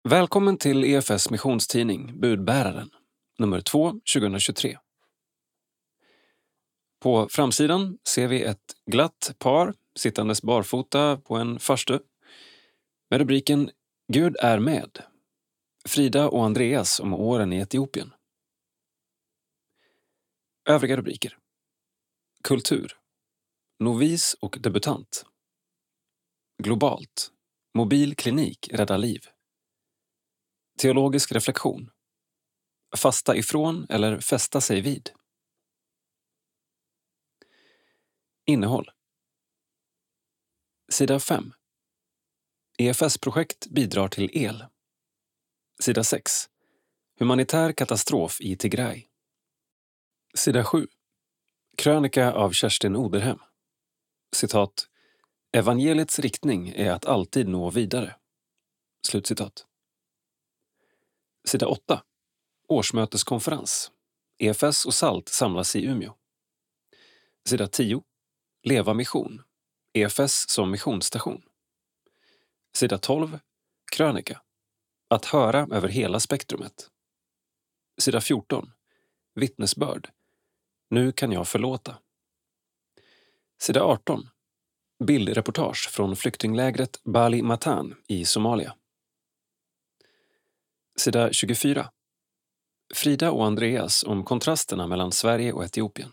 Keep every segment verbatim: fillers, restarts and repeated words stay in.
Välkommen till E F S missionstidning Budbäraren, nummer två tjugohundratjugotre. På framsidan ser vi ett glatt par sittandes barfota på en farstu med rubriken Gud är med. Frida och Andreas om åren i Etiopien. Övriga rubriker. Kultur. Novis och debutant. Globalt. Mobil klinik räddar liv. Teologisk reflektion. Fasta ifrån eller fästa sig vid. Innehåll. Sida fem. E F S-projekt bidrar till el. Sida sex. Humanitär katastrof i Tigray. Sida sju. Krönika av Kerstin Oderhem. Citat. Evangeliets riktning är att alltid nå vidare. Slutcitat. Sida åtta. Årsmöteskonferens. E F S och SALT samlas i Umeå. Sida tio. Leva mission. E F S som missionsstation. Sida tolv. Krönika. Att höra över hela spektrumet. Sida fjorton. Vittnesbörd. Nu kan jag förlåta. Sida arton. Bildreportage från flyktinglägret Bali Matan i Somalia. Sida tjugofyra. Frida och Andreas om kontrasterna mellan Sverige och Etiopien.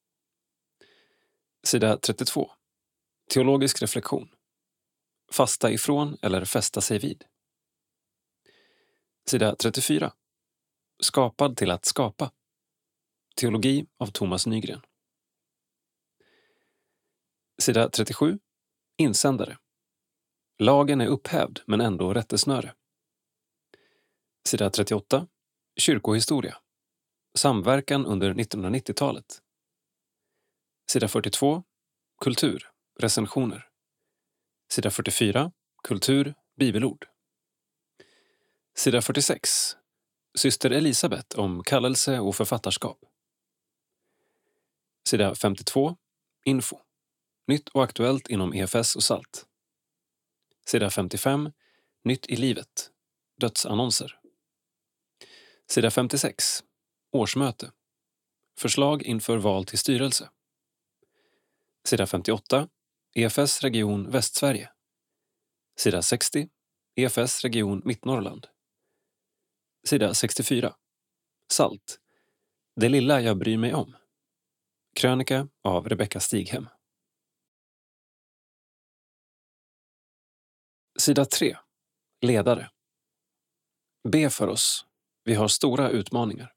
Sida trettiotvå. Teologisk reflektion. Fasta ifrån eller fästa sig vid. Sida trettiofyra. Skapad till att skapa. Teologi av Thomas Nygren. Sida trettiosju. Insändare. Lagen är upphävd men ändå rättesnöre. Sida trettioåtta. Kyrkohistoria. Samverkan under nittonhundranittiotalet. Sida fyrtiotvå. Kultur. Recensioner. Sida fyrtiofyra. Kultur. Bibelord. Sida fyrtiosex. Syster Elisabeth om kallelse och författarskap. Sida femtiotvå. Info. Nytt och aktuellt inom E F S och SALT. Sida femtiofem. Nytt i livet. Dödsannonser. Sida femtiosex. Årsmöte. Förslag inför val till styrelse. Sida femtioåtta. E F S region Västsverige. Sida sextio. E F S region Mittnorrland. Sida sextiofyra. SALT. Det lilla jag bryr mig om. Krönika av Rebecka Stighem. Sida tre. Ledare. Be för oss. Vi har stora utmaningar.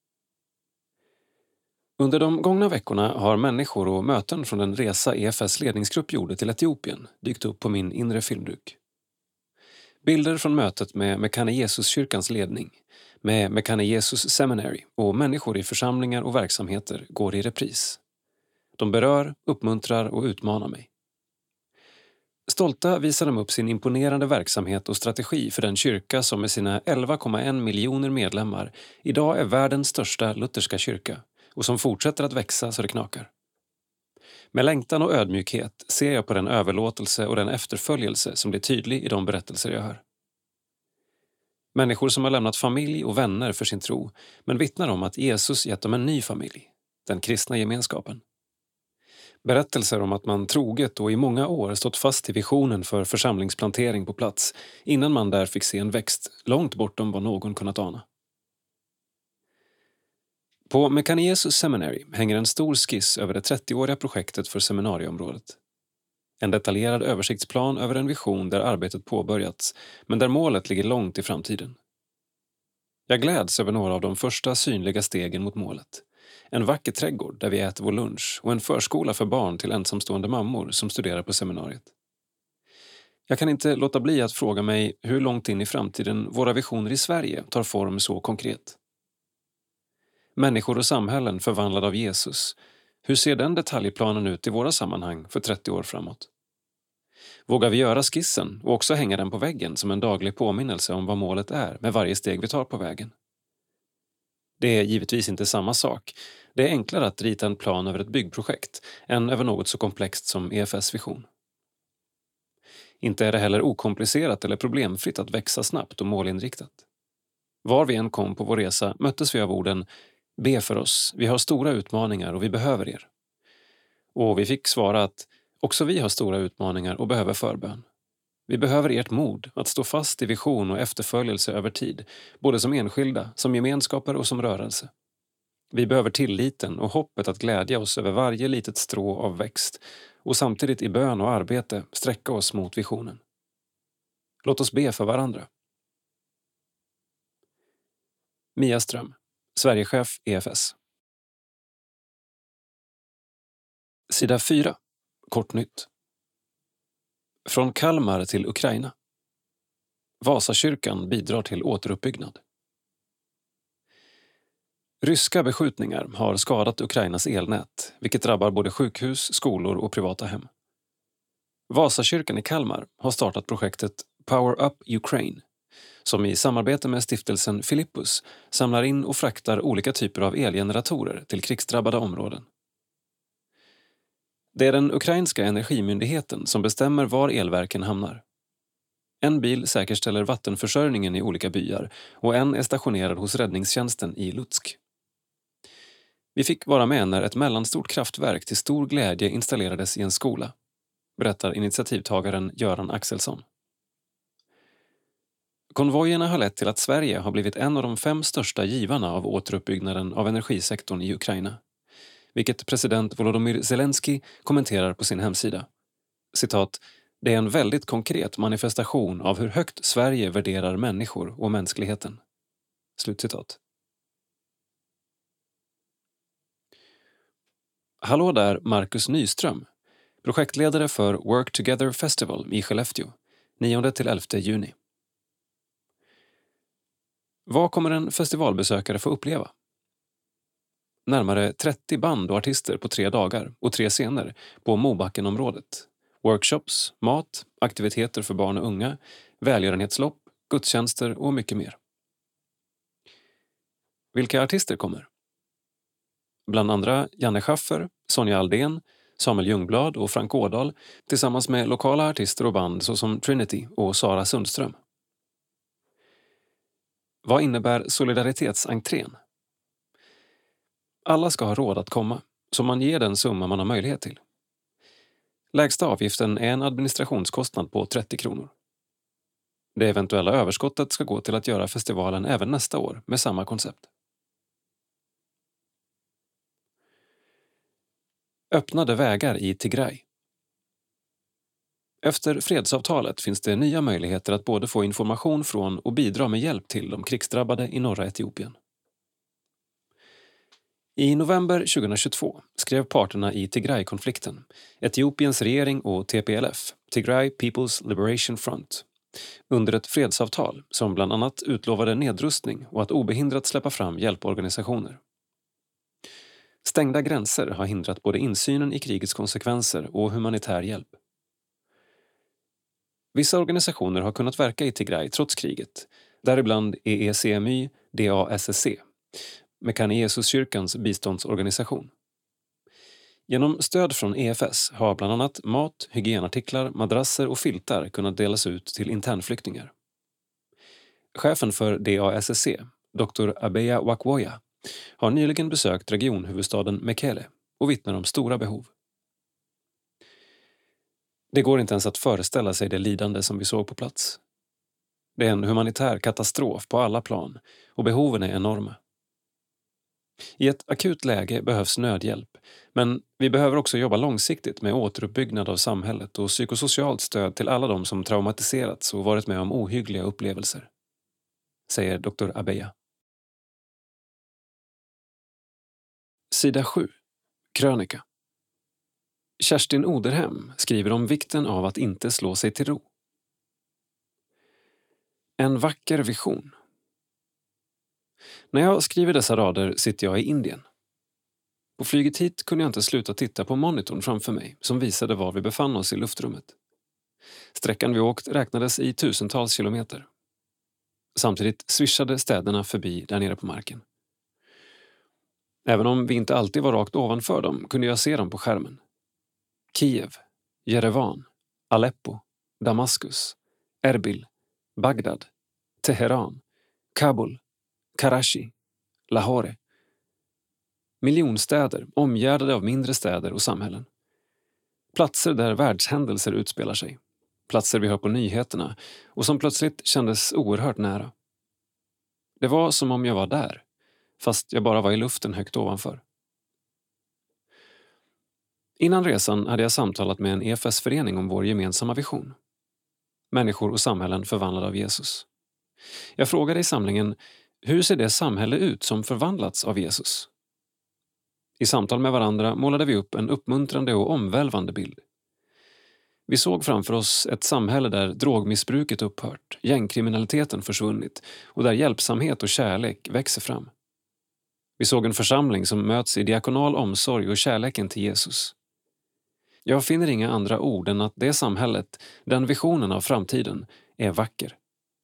Under de gångna veckorna har människor och möten från den resa E F S ledningsgrupp gjorde till Etiopien dykt upp på min inre filmduk. Bilder från mötet med Mekane Jesus-kyrkans ledning, med Mekane Jesus Seminary och människor i församlingar och verksamheter går i repris. De berör, uppmuntrar och utmanar mig. Stolta visar de upp sin imponerande verksamhet och strategi för den kyrka som med sina elva komma en miljoner medlemmar idag är världens största lutherska kyrka och som fortsätter att växa så det knakar. Med längtan och ödmjukhet ser jag på den överlåtelse och den efterföljelse som blir tydlig i de berättelser jag hör. Människor som har lämnat familj och vänner för sin tro men vittnar om att Jesus gett dem en ny familj, den kristna gemenskapen. Berättelser om att man troget och i många år stått fast i visionen för församlingsplantering på plats innan man där fick se en växt långt bortom vad någon kunnat ana. På Mekane Jesus Seminary hänger en stor skiss över det trettioåriga projektet för seminarieområdet. En detaljerad översiktsplan över en vision där arbetet påbörjats men där målet ligger långt i framtiden. Jag gläds över några av de första synliga stegen mot målet. En vacker trädgård där vi äter vår lunch och en förskola för barn till ensamstående mammor som studerar på seminariet. Jag kan inte låta bli att fråga mig hur långt in i framtiden våra visioner i Sverige tar form så konkret. Människor och samhällen förvandlade av Jesus. Hur ser den detaljplanen ut i våra sammanhang för trettio år framåt? Vågar vi göra skissen och också hänga den på väggen som en daglig påminnelse om vad målet är med varje steg vi tar på vägen? Det är givetvis inte samma sak. Det är enklare att rita en plan över ett byggprojekt än över något så komplext som E F S-vision. Inte är det heller okomplicerat eller problemfritt att växa snabbt och målinriktat. Var vi än kom på vår resa möttes vi av orden "Be för oss, vi har stora utmaningar och vi behöver er." Och vi fick svara att också vi har stora utmaningar och behöver förbön. Vi behöver ert mod att stå fast i vision och efterföljelse över tid, både som enskilda, som gemenskaper och som rörelse. Vi behöver tilliten och hoppet att glädja oss över varje litet strå av växt och samtidigt i bön och arbete sträcka oss mot visionen. Låt oss be för varandra. Mia Ström, Sverigechef E F S. Sida fyra. Kortnytt. Från Kalmar till Ukraina. Vasakyrkan bidrar till återuppbyggnad. Ryska beskjutningar har skadat Ukrainas elnät, vilket drabbar både sjukhus, skolor och privata hem. Vasakyrkan i Kalmar har startat projektet Power Up Ukraine, som i samarbete med stiftelsen Philippus samlar in och fraktar olika typer av elgeneratorer till krigsdrabbade områden. Det är den ukrainska energimyndigheten som bestämmer var elverken hamnar. En bil säkerställer vattenförsörjningen i olika byar och en är stationerad hos räddningstjänsten i Lutsk. Vi fick vara med när ett mellanstort kraftverk till stor glädje installerades i en skola, berättar initiativtagaren Göran Axelsson. Konvojerna har lett till att Sverige har blivit en av de fem största givarna av återuppbyggnaden av energisektorn i Ukraina, vilket president Volodymyr Zelensky kommenterar på sin hemsida. Citat, det är en väldigt konkret manifestation av hur högt Sverige värderar människor och mänskligheten. Slutcitat. Hallå där, Marcus Nyström, projektledare för Work Together Festival i Skellefteå, nionde till elfte juni. Vad kommer en festivalbesökare få uppleva? Närmare trettio band och artister på tre dagar och tre scener på Mobackenområdet. Workshops, mat, aktiviteter för barn och unga, välgörenhetslopp, gudstjänster och mycket mer. Vilka artister kommer? Bland andra Janne Schaffer, Sonja Aldén, Samuel Ljungblad och Frank Ådahl tillsammans med lokala artister och band såsom Trinity och Sara Sundström. Vad innebär solidaritetsentrén? Alla ska ha råd att komma, så man ger den summa man har möjlighet till. Lägsta avgiften är en administrationskostnad på trettio kronor. Det eventuella överskottet ska gå till att göra festivalen även nästa år med samma koncept. Öppnade vägar i Tigray. Efter fredsavtalet finns det nya möjligheter att både få information från och bidra med hjälp till de krigsdrabbade i norra Etiopien. I november tjugohundratjugotvå skrev parterna i Tigray-konflikten, Etiopiens regering och T P L F, Tigray People's Liberation Front, under ett fredsavtal som bland annat utlovade nedrustning och att obehindrat släppa fram hjälporganisationer. Stängda gränser har hindrat både insynen i krigets konsekvenser och humanitär hjälp. Vissa organisationer har kunnat verka i Tigray trots kriget, däribland E E C M Y D A S S C, Mekane Jesuskyrkans biståndsorganisation. Genom stöd från E F S har bland annat mat, hygienartiklar, madrasser och filtar kunnat delas ut till internflyktingar. Chefen för D A S S C, doktor Abeya Wakwoya, har nyligen besökt regionhuvudstaden Mekele och vittnar om stora behov. Det går inte ens att föreställa sig det lidande som vi såg på plats. Det är en humanitär katastrof på alla plan och behoven är enorma. I ett akut läge behövs nödhjälp, men vi behöver också jobba långsiktigt med återuppbyggnad av samhället och psykosocialt stöd till alla de som traumatiserats och varit med om ohyggliga upplevelser, säger doktor Abeya. Sida sju. Krönika. Kerstin Oderhem skriver om vikten av att inte slå sig till ro. En vacker vision. När jag skriver dessa rader sitter jag i Indien. På flyget hit kunde jag inte sluta titta på monitorn framför mig som visade var vi befann oss i luftrummet. Sträckan vi åkt räknades i tusentals kilometer. Samtidigt swishade städerna förbi där nere på marken. Även om vi inte alltid var rakt ovanför dem kunde jag se dem på skärmen. Kiev, Jerevan, Aleppo, Damaskus, Erbil, Bagdad, Teheran, Kabul, Karachi, Lahore. Miljonstäder omgärdade av mindre städer och samhällen. Platser där världshändelser utspelar sig. Platser vi hör på nyheterna och som plötsligt kändes oerhört nära. Det var som om jag var där, fast jag bara var i luften högt ovanför. Innan resan hade jag samtalat med en E F S-förening om vår gemensamma vision. Människor och samhällen förvandlade av Jesus. Jag frågade i samlingen, hur ser det samhälle ut som förvandlats av Jesus? I samtal med varandra målade vi upp en uppmuntrande och omvälvande bild. Vi såg framför oss ett samhälle där drogmissbruket upphört, gängkriminaliteten försvunnit och där hjälpsamhet och kärlek växer fram. Vi såg en församling som möts i diakonal omsorg och kärleken till Jesus. Jag finner inga andra ord än att det samhället, den visionen av framtiden, är vacker.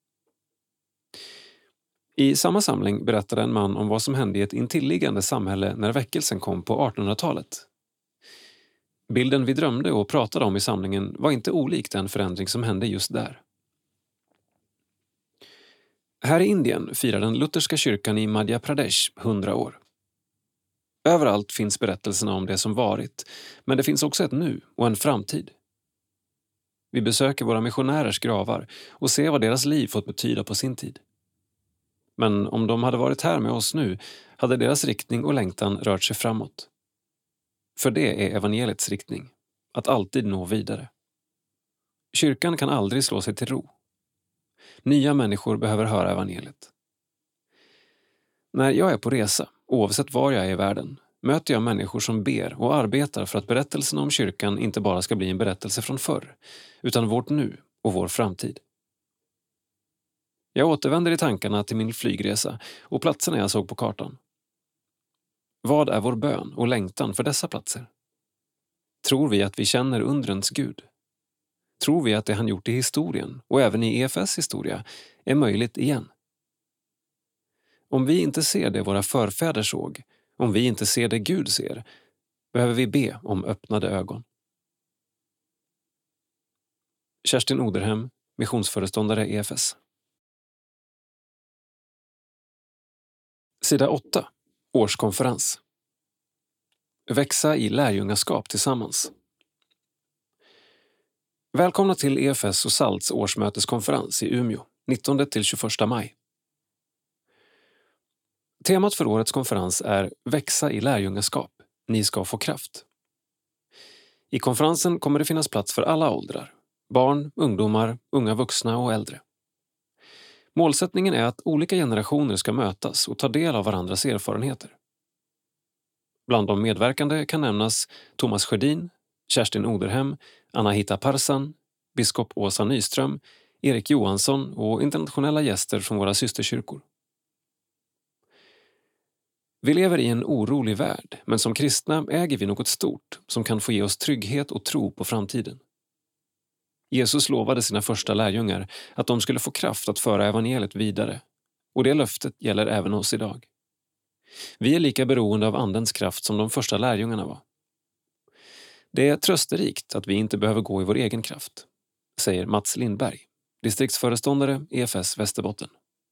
I samma samling berättade en man om vad som hände i ett intilliggande samhälle när väckelsen kom på artonhundratalet. Bilden vi drömde och pratade om i samlingen var inte olik den förändring som hände just där. Här i Indien firar den lutherska kyrkan i Madhya Pradesh hundra år. Överallt finns berättelserna om det som varit, men det finns också ett nu och en framtid. Vi besöker våra missionärers gravar och ser vad deras liv fått betyda på sin tid. Men om de hade varit här med oss nu hade deras riktning och längtan rört sig framåt. För det är evangeliets riktning, att alltid nå vidare. Kyrkan kan aldrig slå sig till ro. Nya människor behöver höra evangeliet. När jag är på resa, oavsett var jag är i världen, möter jag människor som ber och arbetar för att berättelsen om kyrkan inte bara ska bli en berättelse från förr, utan vårt nu och vår framtid. Jag återvänder i tankarna till min flygresa och platserna jag såg på kartan. Vad är vår bön och längtan för dessa platser? Tror vi att vi känner undrens Gud? Tror vi att det han gjort i historien och även i E F S historia är möjligt igen? Om vi inte ser det våra förfäder såg, om vi inte ser det Gud ser, behöver vi be om öppnade ögon. Kerstin Oderhem, missionsföreståndare E F S. Sida åtta. Årskonferens. Växa i lärjungaskap tillsammans. Välkomna till E F S och SALTs årsmöteskonferens i Umeå, nittonde till tjugoförsta maj. Temat för årets konferens är Växa i lärjungaskap. Ni ska få kraft. I konferensen kommer det finnas plats för alla åldrar. Barn, ungdomar, unga vuxna och äldre. Målsättningen är att olika generationer ska mötas och ta del av varandras erfarenheter. Bland de medverkande kan nämnas Thomas Sjödin, Kerstin Oderhem, Anahita Parsan, biskop Åsa Nyström, Erik Johansson och internationella gäster från våra systerkyrkor. Vi lever i en orolig värld, men som kristna äger vi något stort som kan få ge oss trygghet och tro på framtiden. Jesus lovade sina första lärjungar att de skulle få kraft att föra evangeliet vidare, och det löftet gäller även oss idag. Vi är lika beroende av andens kraft som de första lärjungarna var. Det är trösterikt att vi inte behöver gå i vår egen kraft, säger Mats Lindberg, distriktsföreståndare E F S Västerbotten.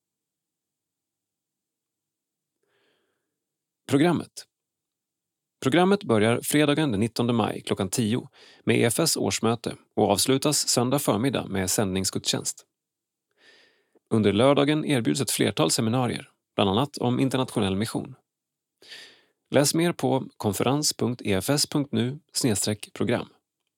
Programmet. Programmet börjar fredagen den nittonde maj klockan tio med E F S årsmöte och avslutas söndag förmiddag med sändningsgudstjänst. Under lördagen erbjuds ett flertal seminarier, bland annat om internationell mission. Läs mer på konferens punkt e f s punkt n u snedstreck program.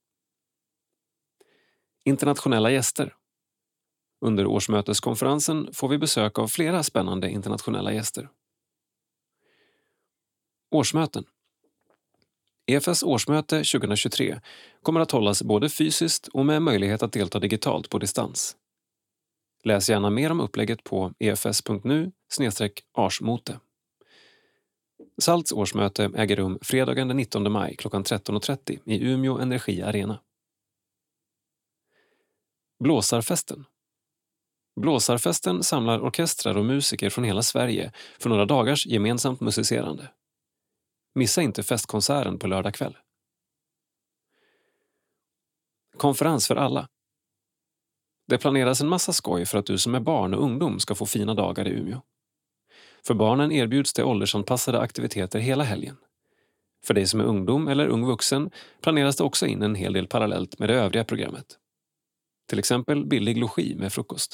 Internationella gäster. Under årsmöteskonferensen får vi besök av flera spännande internationella gäster. Årsmöten. E F S årsmöte tjugohundratjugotre kommer att hållas både fysiskt och med möjlighet att delta digitalt på distans. Läs gärna mer om upplägget på e f s punkt n u snedstreck arsmote. SALTs årsmöte äger rum fredagen den nittonde maj klockan tretton och trettio i Umeå Energi Arena. Blåsarfesten. Blåsarfesten samlar orkestrar och musiker från hela Sverige för några dagars gemensamt musicerande. Missa inte festkonserten på lördag kväll. Konferens för alla. Det planeras en massa skoj för att du som är barn och ungdom ska få fina dagar i Umeå. För barnen erbjuds det åldersanpassade aktiviteter hela helgen. För dig som är ungdom eller ung vuxen planeras det också in en hel del parallellt med det övriga programmet. Till exempel billig logi med frukost.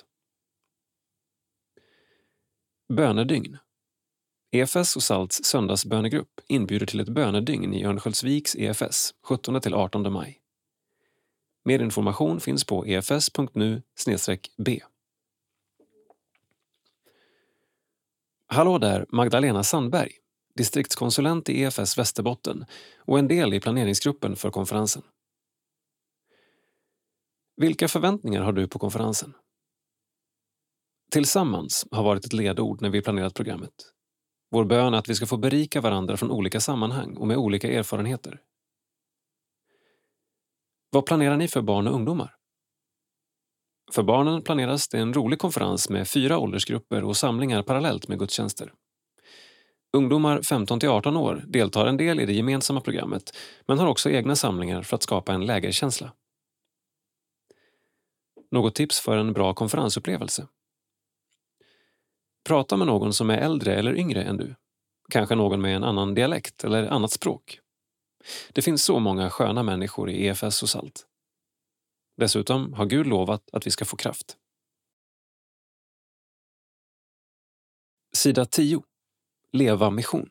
Bönedygn. E F S och Salts söndagsbönegrupp inbjuder till ett bönedygn i Örnsköldsviks E F S sjuttonde till artonde maj. Mer information finns på efs punkt nu snedstreck b. Hallå där, Magdalena Sandberg, distriktskonsulent i E F S Västerbotten och en del i planeringsgruppen för konferensen. Vilka förväntningar har du på konferensen? Tillsammans har varit ett ledord när vi planerat programmet. Vår bön är att vi ska få berika varandra från olika sammanhang och med olika erfarenheter. Vad planerar ni för barn och ungdomar? För barnen planeras det en rolig konferens med fyra åldersgrupper och samlingar parallellt med gudstjänster. Ungdomar femton till arton år deltar en del i det gemensamma programmet men har också egna samlingar för att skapa en lägerkänsla. Något tips för en bra konferensupplevelse? Prata med någon som är äldre eller yngre än du. Kanske någon med en annan dialekt eller annat språk. Det finns så många sköna människor i E F S och Salt. Dessutom har Gud lovat att vi ska få kraft. Sida tio. Leva mission.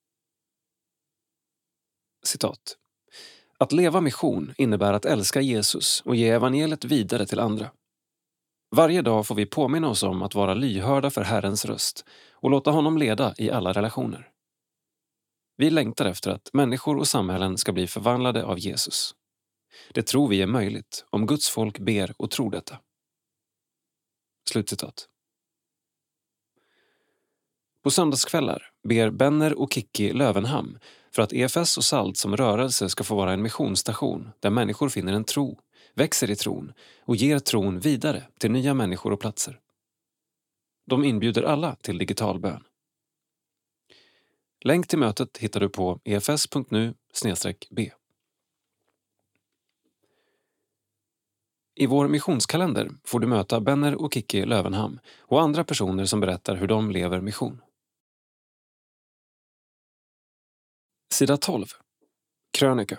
Citat. Att leva mission innebär att älska Jesus och ge evangeliet vidare till andra. Varje dag får vi påminna oss om att vara lyhörda för Herrens röst och låta honom leda i alla relationer. Vi längtar efter att människor och samhällen ska bli förvandlade av Jesus. Det tror vi är möjligt om Guds folk ber och tror detta. Slutcitat. På söndagskvällar ber Benner och Kikki Lövenham för att E F S och Salt som rörelse ska få vara en missionsstation där människor finner en tro, växer i tron och ger tron vidare till nya människor och platser. De inbjuder alla till digital bön. Länk till mötet hittar du på efs punkt nu snedstreck b. I vår missionskalender får du möta Benner och Kikki Lövenham och andra personer som berättar hur de lever mission. Sida tolv. Krönika.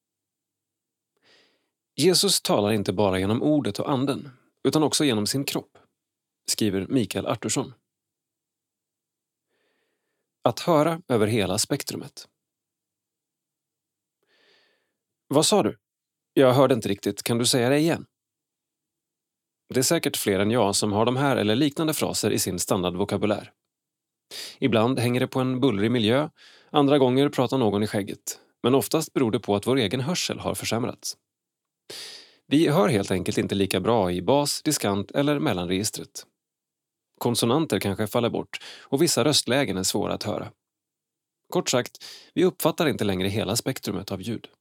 Jesus talar inte bara genom ordet och anden, utan också genom sin kropp, skriver Mikael Artursson. Att höra över hela spektrumet. Vad sa du? Jag hörde inte riktigt. Kan du säga det igen? Det är säkert fler än jag som har de här eller liknande fraser i sin standardvokabulär. Ibland hänger det på en bullrig miljö, andra gånger pratar någon i skägget, men oftast beror det på att vår egen hörsel har försämrats. Vi hör helt enkelt inte lika bra i bas, diskant eller mellanregistret. Konsonanter kanske faller bort och vissa röstlägen är svåra att höra. Kort sagt, vi uppfattar inte längre hela spektrumet av ljud.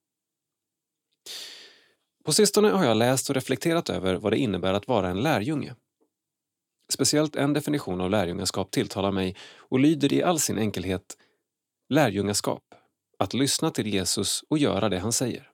På sistone har jag läst och reflekterat över vad det innebär att vara en lärjunge. Speciellt en definition av lärjungaskap tilltalar mig och lyder i all sin enkelhet: lärjungaskap, att lyssna till Jesus och göra det han säger.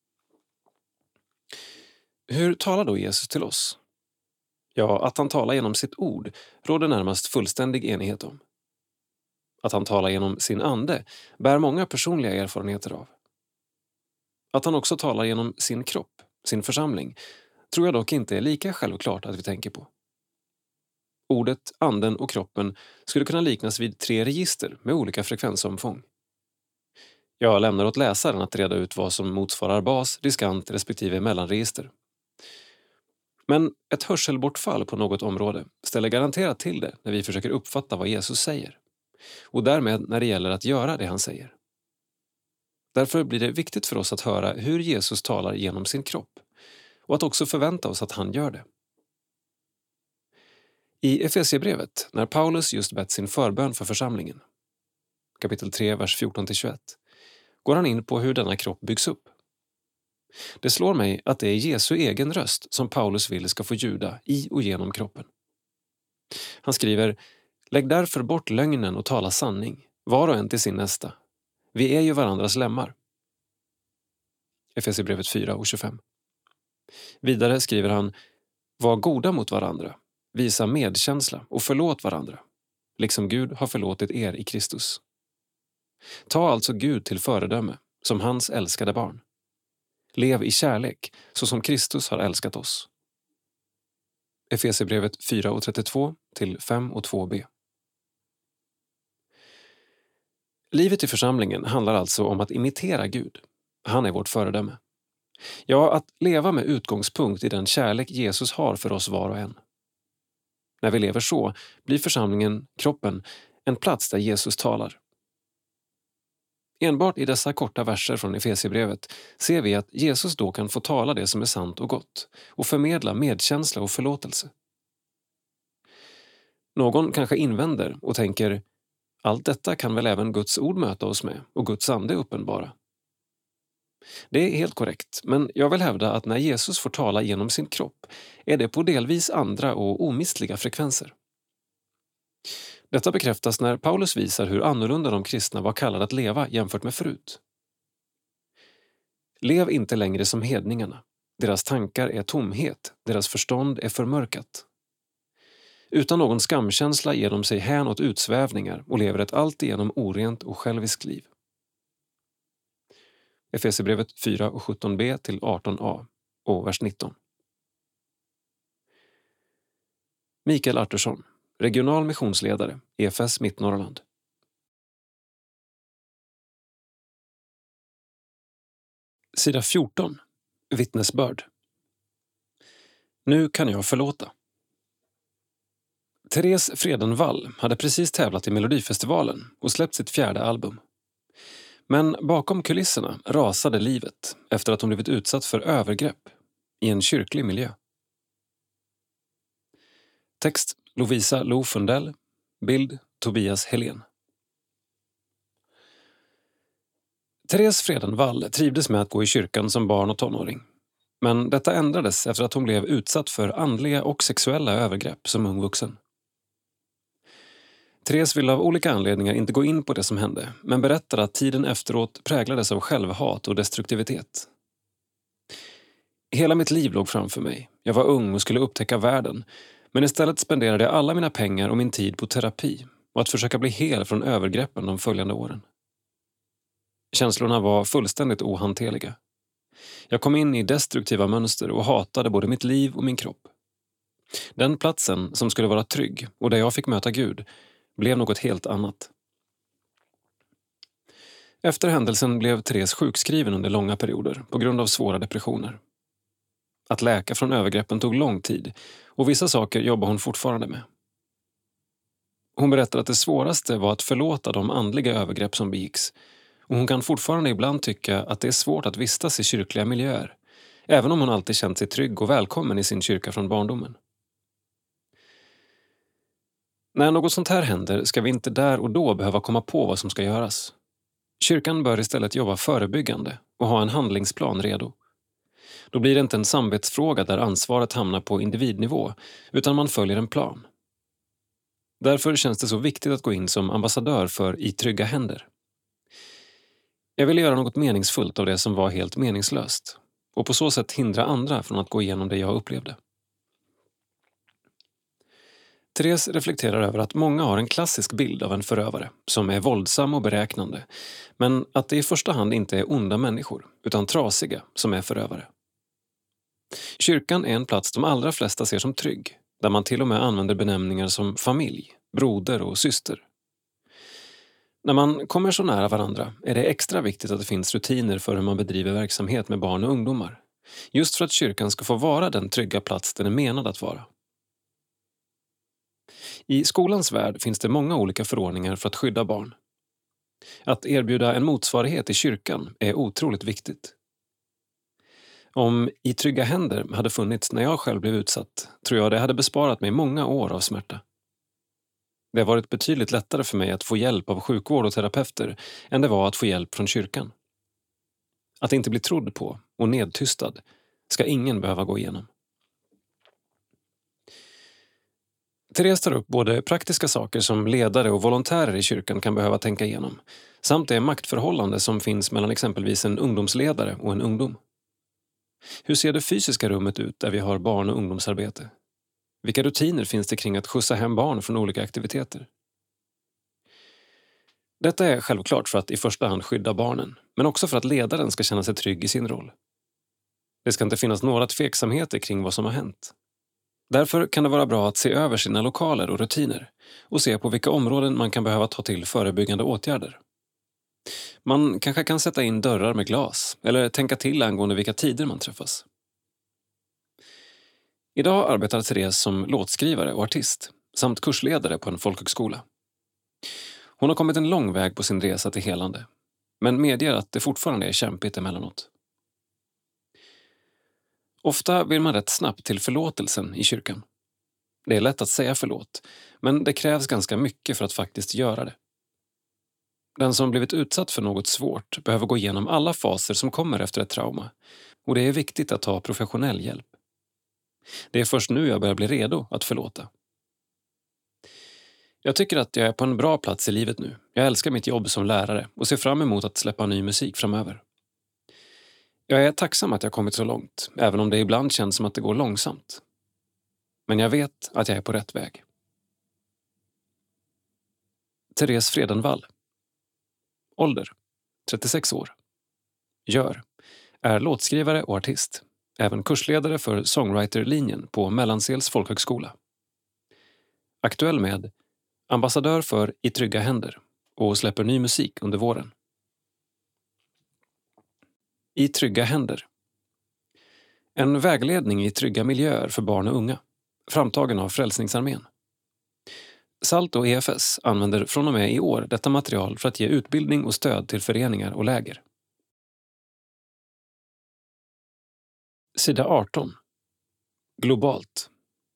Hur talar då Jesus till oss? Ja, att han talar genom sitt ord råder närmast fullständig enighet om. Att han talar genom sin ande bär många personliga erfarenheter av. Att han också talar genom sin kropp, sin församling, tror jag dock inte är lika självklart att vi tänker på. Ordet, anden och kroppen skulle kunna liknas vid tre register med olika frekvensomfång. Jag lämnar åt läsaren att reda ut vad som motsvarar bas, diskant respektive mellanregister. Men ett hörselbortfall på något område ställer garanterat till det när vi försöker uppfatta vad Jesus säger. Och därmed när det gäller att göra det han säger. Därför blir det viktigt för oss att höra hur Jesus talar genom sin kropp och att också förvänta oss att han gör det. I Efesierbrevet, när Paulus just bett sin förbön för församlingen, kapitel tre, vers fjorton till tjugoett, går han in på hur denna kropp byggs upp. Det slår mig att det är Jesu egen röst som Paulus vill ska få ljuda i och genom kroppen. Han skriver: lägg därför bort lögnen och tala sanning, var och en till sin nästa. Vi är ju varandras lemmar. Efesierbrevet fyra och tjugofem. Vidare skriver han: Var goda mot varandra, visa medkänsla och förlåt varandra, liksom Gud har förlåtit er i Kristus. Ta alltså Gud till föredöme, som hans älskade barn. Lev i kärlek, så som Kristus har älskat oss. Efesierbrevet fyra och trettiotvå till fem och två b. Livet i församlingen handlar alltså om att imitera Gud. Han är vårt föredöme. Ja, att leva med utgångspunkt i den kärlek Jesus har för oss var och en. När vi lever så blir församlingen, kroppen, en plats där Jesus talar. Enbart i dessa korta verser från Efesierbrevet ser vi att Jesus då kan få tala det som är sant och gott och förmedla medkänsla och förlåtelse. Någon kanske invänder och tänker, allt detta kan väl även Guds ord möta oss med och Guds ande uppenbara. Det är helt korrekt, men jag vill hävda att när Jesus får tala genom sin kropp är det på delvis andra och omistliga frekvenser. Detta bekräftas när Paulus visar hur annorlunda de kristna var kallade att leva jämfört med förut. Lev inte längre som hedningarna. Deras tankar är tomhet, deras förstånd är förmörkat. Utan någon skamkänsla ger de sig hän åt utsvävningar och lever ett alltigenom orent och själviskt liv. Efesierbrevet fyra och sjutton b till arton a och vers nitton. Mikael Artursson, regional missionsledare, E F S Mittnorrland. Sida fjorton. Vittnesbörd. Nu kan jag förlåta. Therese Fredenvall hade precis tävlat i Melodifestivalen och släppt sitt fjärde album. Men bakom kulisserna rasade livet efter att hon blivit utsatt för övergrepp i en kyrklig miljö. Text Lovisa Lo Fundell. Bild Tobias Helén. Therese Fredenvall trivdes med att gå i kyrkan som barn och tonåring. Men detta ändrades efter att hon blev utsatt för andliga och sexuella övergrepp som ung vuxen. Therese ville av olika anledningar inte gå in på det som hände, men berättade att tiden efteråt präglades av självhat och destruktivitet. Hela mitt liv låg framför mig. Jag var ung och skulle upptäcka världen, men istället spenderade jag alla mina pengar och min tid på terapi och att försöka bli hel från övergreppen de följande åren. Känslorna var fullständigt ohanterliga. Jag kom in i destruktiva mönster och hatade både mitt liv och min kropp. Den platsen som skulle vara trygg och där jag fick möta Gud blev något helt annat. Efter händelsen blev Therese sjukskriven under långa perioder på grund av svåra depressioner. Att läka från övergreppen tog lång tid och vissa saker jobbar hon fortfarande med. Hon berättade att det svåraste var att förlåta de andliga övergrepp som begicks och hon kan fortfarande ibland tycka att det är svårt att vistas i kyrkliga miljöer, även om hon alltid känt sig trygg och välkommen i sin kyrka från barndomen. När något sånt här händer ska vi inte där och då behöva komma på vad som ska göras. Kyrkan bör istället jobba förebyggande och ha en handlingsplan redo. Då blir det inte en samvetsfråga där ansvaret hamnar på individnivå, utan man följer en plan. Därför känns det så viktigt att gå in som ambassadör för I trygga händer. Jag ville göra något meningsfullt av det som var helt meningslöst och på så sätt hindra andra från att gå igenom det jag upplevde. Therese reflekterar över att många har en klassisk bild av en förövare som är våldsam och beräknande, men att det i första hand inte är onda människor utan trasiga som är förövare. Kyrkan är en plats de allra flesta ser som trygg, där man till och med använder benämningar som familj, broder och syster. När man kommer så nära varandra är det extra viktigt att det finns rutiner för hur man bedriver verksamhet med barn och ungdomar, just för att kyrkan ska få vara den trygga plats den är menad att vara. I skolans värld finns det många olika förordningar för att skydda barn. Att erbjuda en motsvarighet i kyrkan är otroligt viktigt. Om I trygga händer hade funnits när jag själv blev utsatt, tror jag det hade besparat mig många år av smärta. Det har varit betydligt lättare för mig att få hjälp av sjukvård och terapeuter än det var att få hjälp från kyrkan. Att inte bli trodd på och nedtystad ska ingen behöva gå igenom. Therese tar upp både praktiska saker som ledare och volontärer i kyrkan kan behöva tänka igenom, samt det maktförhållande som finns mellan exempelvis en ungdomsledare och en ungdom. Hur ser det fysiska rummet ut där vi har barn- och ungdomsarbete? Vilka rutiner finns det kring att skjutsa hem barn från olika aktiviteter? Detta är självklart för att i första hand skydda barnen, men också för att ledaren ska känna sig trygg i sin roll. Det ska inte finnas några tveksamheter kring vad som har hänt. Därför kan det vara bra att se över sina lokaler och rutiner och se på vilka områden man kan behöva ta till förebyggande åtgärder. Man kanske kan sätta in dörrar med glas eller tänka till angående vilka tider man träffas. Idag arbetar Therese som låtskrivare och artist samt kursledare på en folkhögskola. Hon har kommit en lång väg på sin resa till helande, men medger att det fortfarande är kämpigt emellanåt. Ofta vill man rätt snabbt till förlåtelsen i kyrkan. Det är lätt att säga förlåt, men det krävs ganska mycket för att faktiskt göra det. Den som blivit utsatt för något svårt behöver gå igenom alla faser som kommer efter ett trauma, och det är viktigt att ta professionell hjälp. Det är först nu jag börjar bli redo att förlåta. Jag tycker att jag är på en bra plats i livet nu. Jag älskar mitt jobb som lärare och ser fram emot att släppa ny musik framöver. Jag är tacksam att jag kommit så långt, även om det ibland känns som att det går långsamt. Men jag vet att jag är på rätt väg. Therese Fredenvall. Ålder: trettiosex år. Gör: är låtskrivare och artist. Även kursledare för songwriterlinjen på Mellansels folkhögskola. Aktuell med ambassadör för I trygga händer och släpper ny musik under våren. I trygga händer. En vägledning i trygga miljöer för barn och unga, framtagen av Frälsningsarmén. SALT och E F S använder från och med i år detta material för att ge utbildning och stöd till föreningar och läger. Sida arton. Globalt.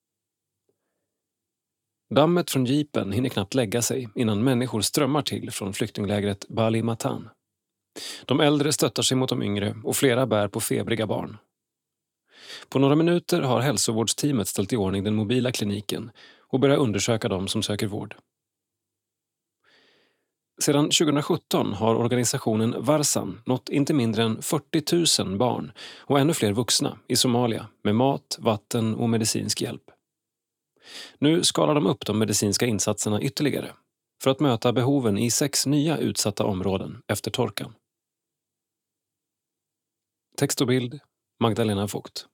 Dammet från jeepen hinner knappt lägga sig innan människor strömmar till från flyktinglägret Bali Matan. De äldre stöttar sig mot de yngre och flera bär på febriga barn. På några minuter har hälsovårdsteamet ställt i ordning den mobila kliniken och börjar undersöka dem som söker vård. Sedan tjugohundrasjutton har organisationen Varsan nått inte mindre än fyrtio tusen barn och ännu fler vuxna i Somalia med mat, vatten och medicinsk hjälp. Nu skalar de upp de medicinska insatserna ytterligare för att möta behoven i sex nya utsatta områden efter torkan. Text och bild: Magdalena Vogt.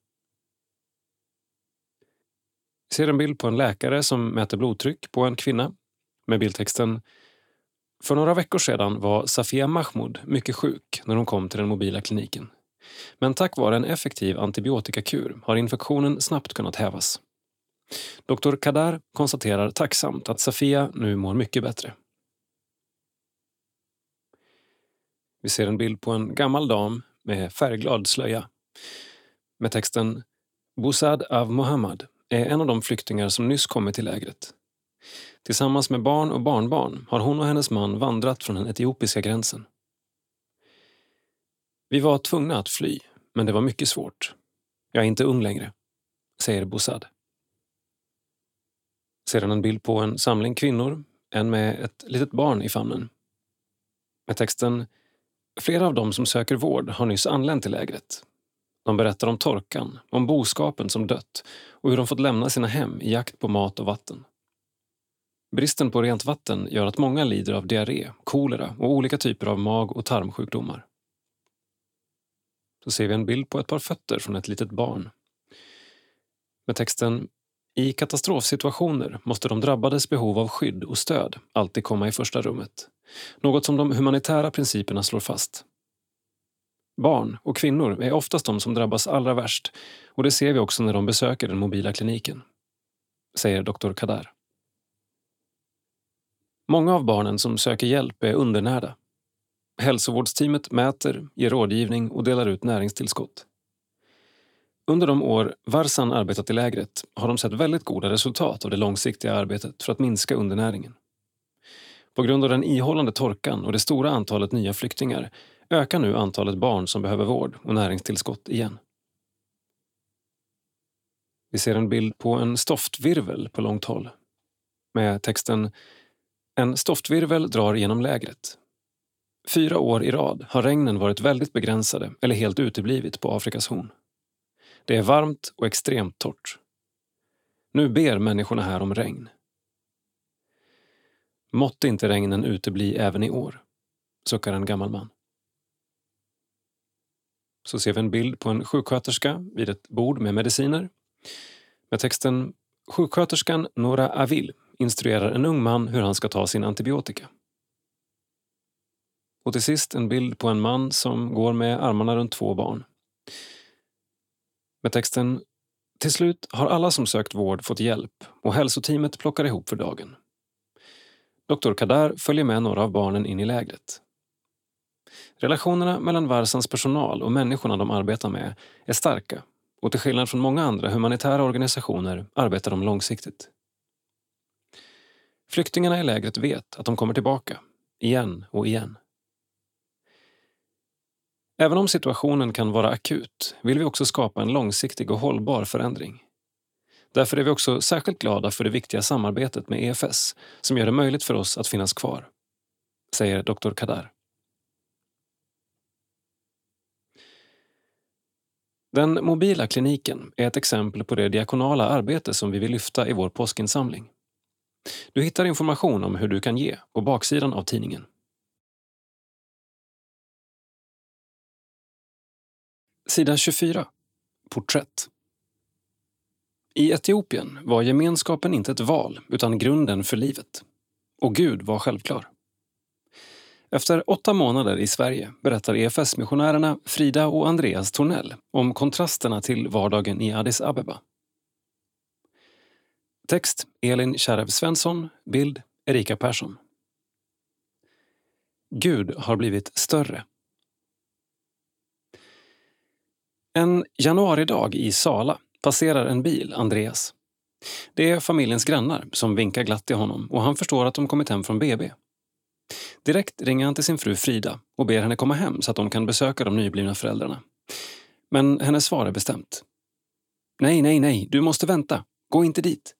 Vi ser en bild på en läkare som mäter blodtryck på en kvinna med bildtexten: för några veckor sedan var Safia Mahmoud mycket sjuk när hon kom till den mobila kliniken. Men tack vare en effektiv antibiotikakur har infektionen snabbt kunnat hävas. doktor Kadar konstaterar tacksamt att Safia nu mår mycket bättre. Vi ser en bild på en gammal dam med färgglad slöja med texten: Busad av Mohammad är en av de flyktingar som nyss kommit till lägret. Tillsammans med barn och barnbarn har hon och hennes man vandrat från den etiopiska gränsen. Vi var tvungna att fly, men det var mycket svårt. Jag är inte ung längre, säger Busad. Sedan en bild på en samling kvinnor, en med ett litet barn i famnen. Med texten: flera av dem som söker vård har nyss anlänt till lägret. De berättar om torkan, om boskapen som dött och hur de fått lämna sina hem i jakt på mat och vatten. Bristen på rent vatten gör att många lider av diarré, kolera och olika typer av mag- och tarmsjukdomar. Så ser vi en bild på ett par fötter från ett litet barn. Med texten: i katastrofsituationer måste de drabbades behov av skydd och stöd alltid komma i första rummet. Något som de humanitära principerna slår fast. Barn och kvinnor är oftast de som drabbas allra värst, och det ser vi också när de besöker den mobila kliniken, säger doktor Kadar. Många av barnen som söker hjälp är undernärda. Hälsovårdsteamet mäter, ger rådgivning och delar ut näringstillskott. Under de år Varsan arbetat i lägret har de sett väldigt goda resultat av det långsiktiga arbetet för att minska undernäringen. På grund av den ihållande torkan och det stora antalet nya flyktingar ökar nu antalet barn som behöver vård och näringstillskott igen. Vi ser en bild på en stoftvirvel på långt håll med texten: en stoftvirvel drar genom lägret. Fyra år i rad har regnen varit väldigt begränsade eller helt uteblivit på Afrikas horn. Det är varmt och extremt torrt. Nu ber människorna här om regn. Måtte inte regnen utebli även i år, suckar en gammal man. Så ser vi en bild på en sjuksköterska vid ett bord med mediciner. Med texten "Sjuksköterskan Nora Avil instruerar en ung man hur han ska ta sin antibiotika." Och till sist en bild på en man som går med armarna runt två barn. Med texten "Till slut har alla som sökt vård fått hjälp och hälsoteamet plockar ihop för dagen. doktor Kadar följer med några av barnen in i lägret. Relationerna mellan Varsans personal och människorna de arbetar med är starka och till skillnad från många andra humanitära organisationer arbetar de långsiktigt. Flyktingarna i lägret vet att de kommer tillbaka, igen och igen. Även om situationen kan vara akut vill vi också skapa en långsiktig och hållbar förändring. Därför är vi också särskilt glada för det viktiga samarbetet med E F S som gör det möjligt för oss att finnas kvar, säger doktor Kadar. Den mobila kliniken är ett exempel på det diakonala arbete som vi vill lyfta i vår påskinsamling. Du hittar information om hur du kan ge på baksidan av tidningen. Sida tjugofyra. Porträtt. I Etiopien var gemenskapen inte ett val utan grunden för livet. Och Gud var självklar. Efter åtta månader i Sverige berättar E F S-missionärerna Frida och Andreas Tornell om kontrasterna till vardagen i Addis Abeba. Text Elin Kärrev Svensson, bild Erika Persson. Gud har blivit större. En januaridag i Sala passerar en bil Andreas. Det är familjens grannar som vinkar glatt till honom och han förstår att de kommit hem från B B. Direkt ringer han till sin fru Frida och ber henne komma hem så att de kan besöka de nyblivna föräldrarna. Men hennes svar är bestämt. Nej, nej, nej, du måste vänta. Gå inte dit.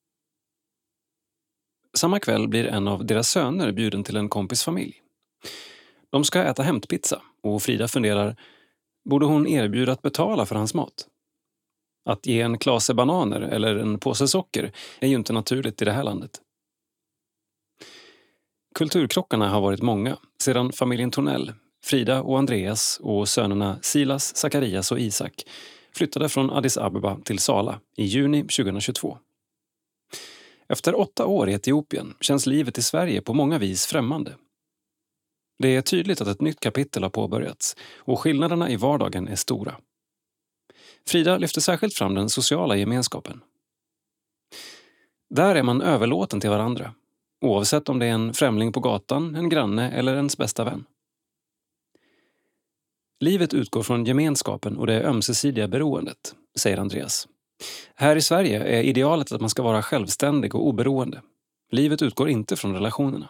Samma kväll blir en av deras söner bjuden till en kompis familj. De ska äta hämtpizza och Frida funderar, borde hon erbjuda att betala för hans mat? Att ge en klase bananer eller en påse socker är ju inte naturligt i det här landet. Kulturkrockarna har varit många sedan familjen Tornell, Frida och Andreas och sönerna Silas, Zacharias och Isak flyttade från Addis Abeba till Sala i juni tjugohundratjugotvå. Efter åtta år i Etiopien känns livet i Sverige på många vis främmande. Det är tydligt att ett nytt kapitel har påbörjats och skillnaderna i vardagen är stora. Frida lyfter särskilt fram den sociala gemenskapen. Där är man överlåten till varandra, oavsett om det är en främling på gatan, en granne eller ens bästa vän. Livet utgår från gemenskapen och det ömsesidiga beroendet, säger Andreas. Här i Sverige är idealet att man ska vara självständig och oberoende. Livet utgår inte från relationerna.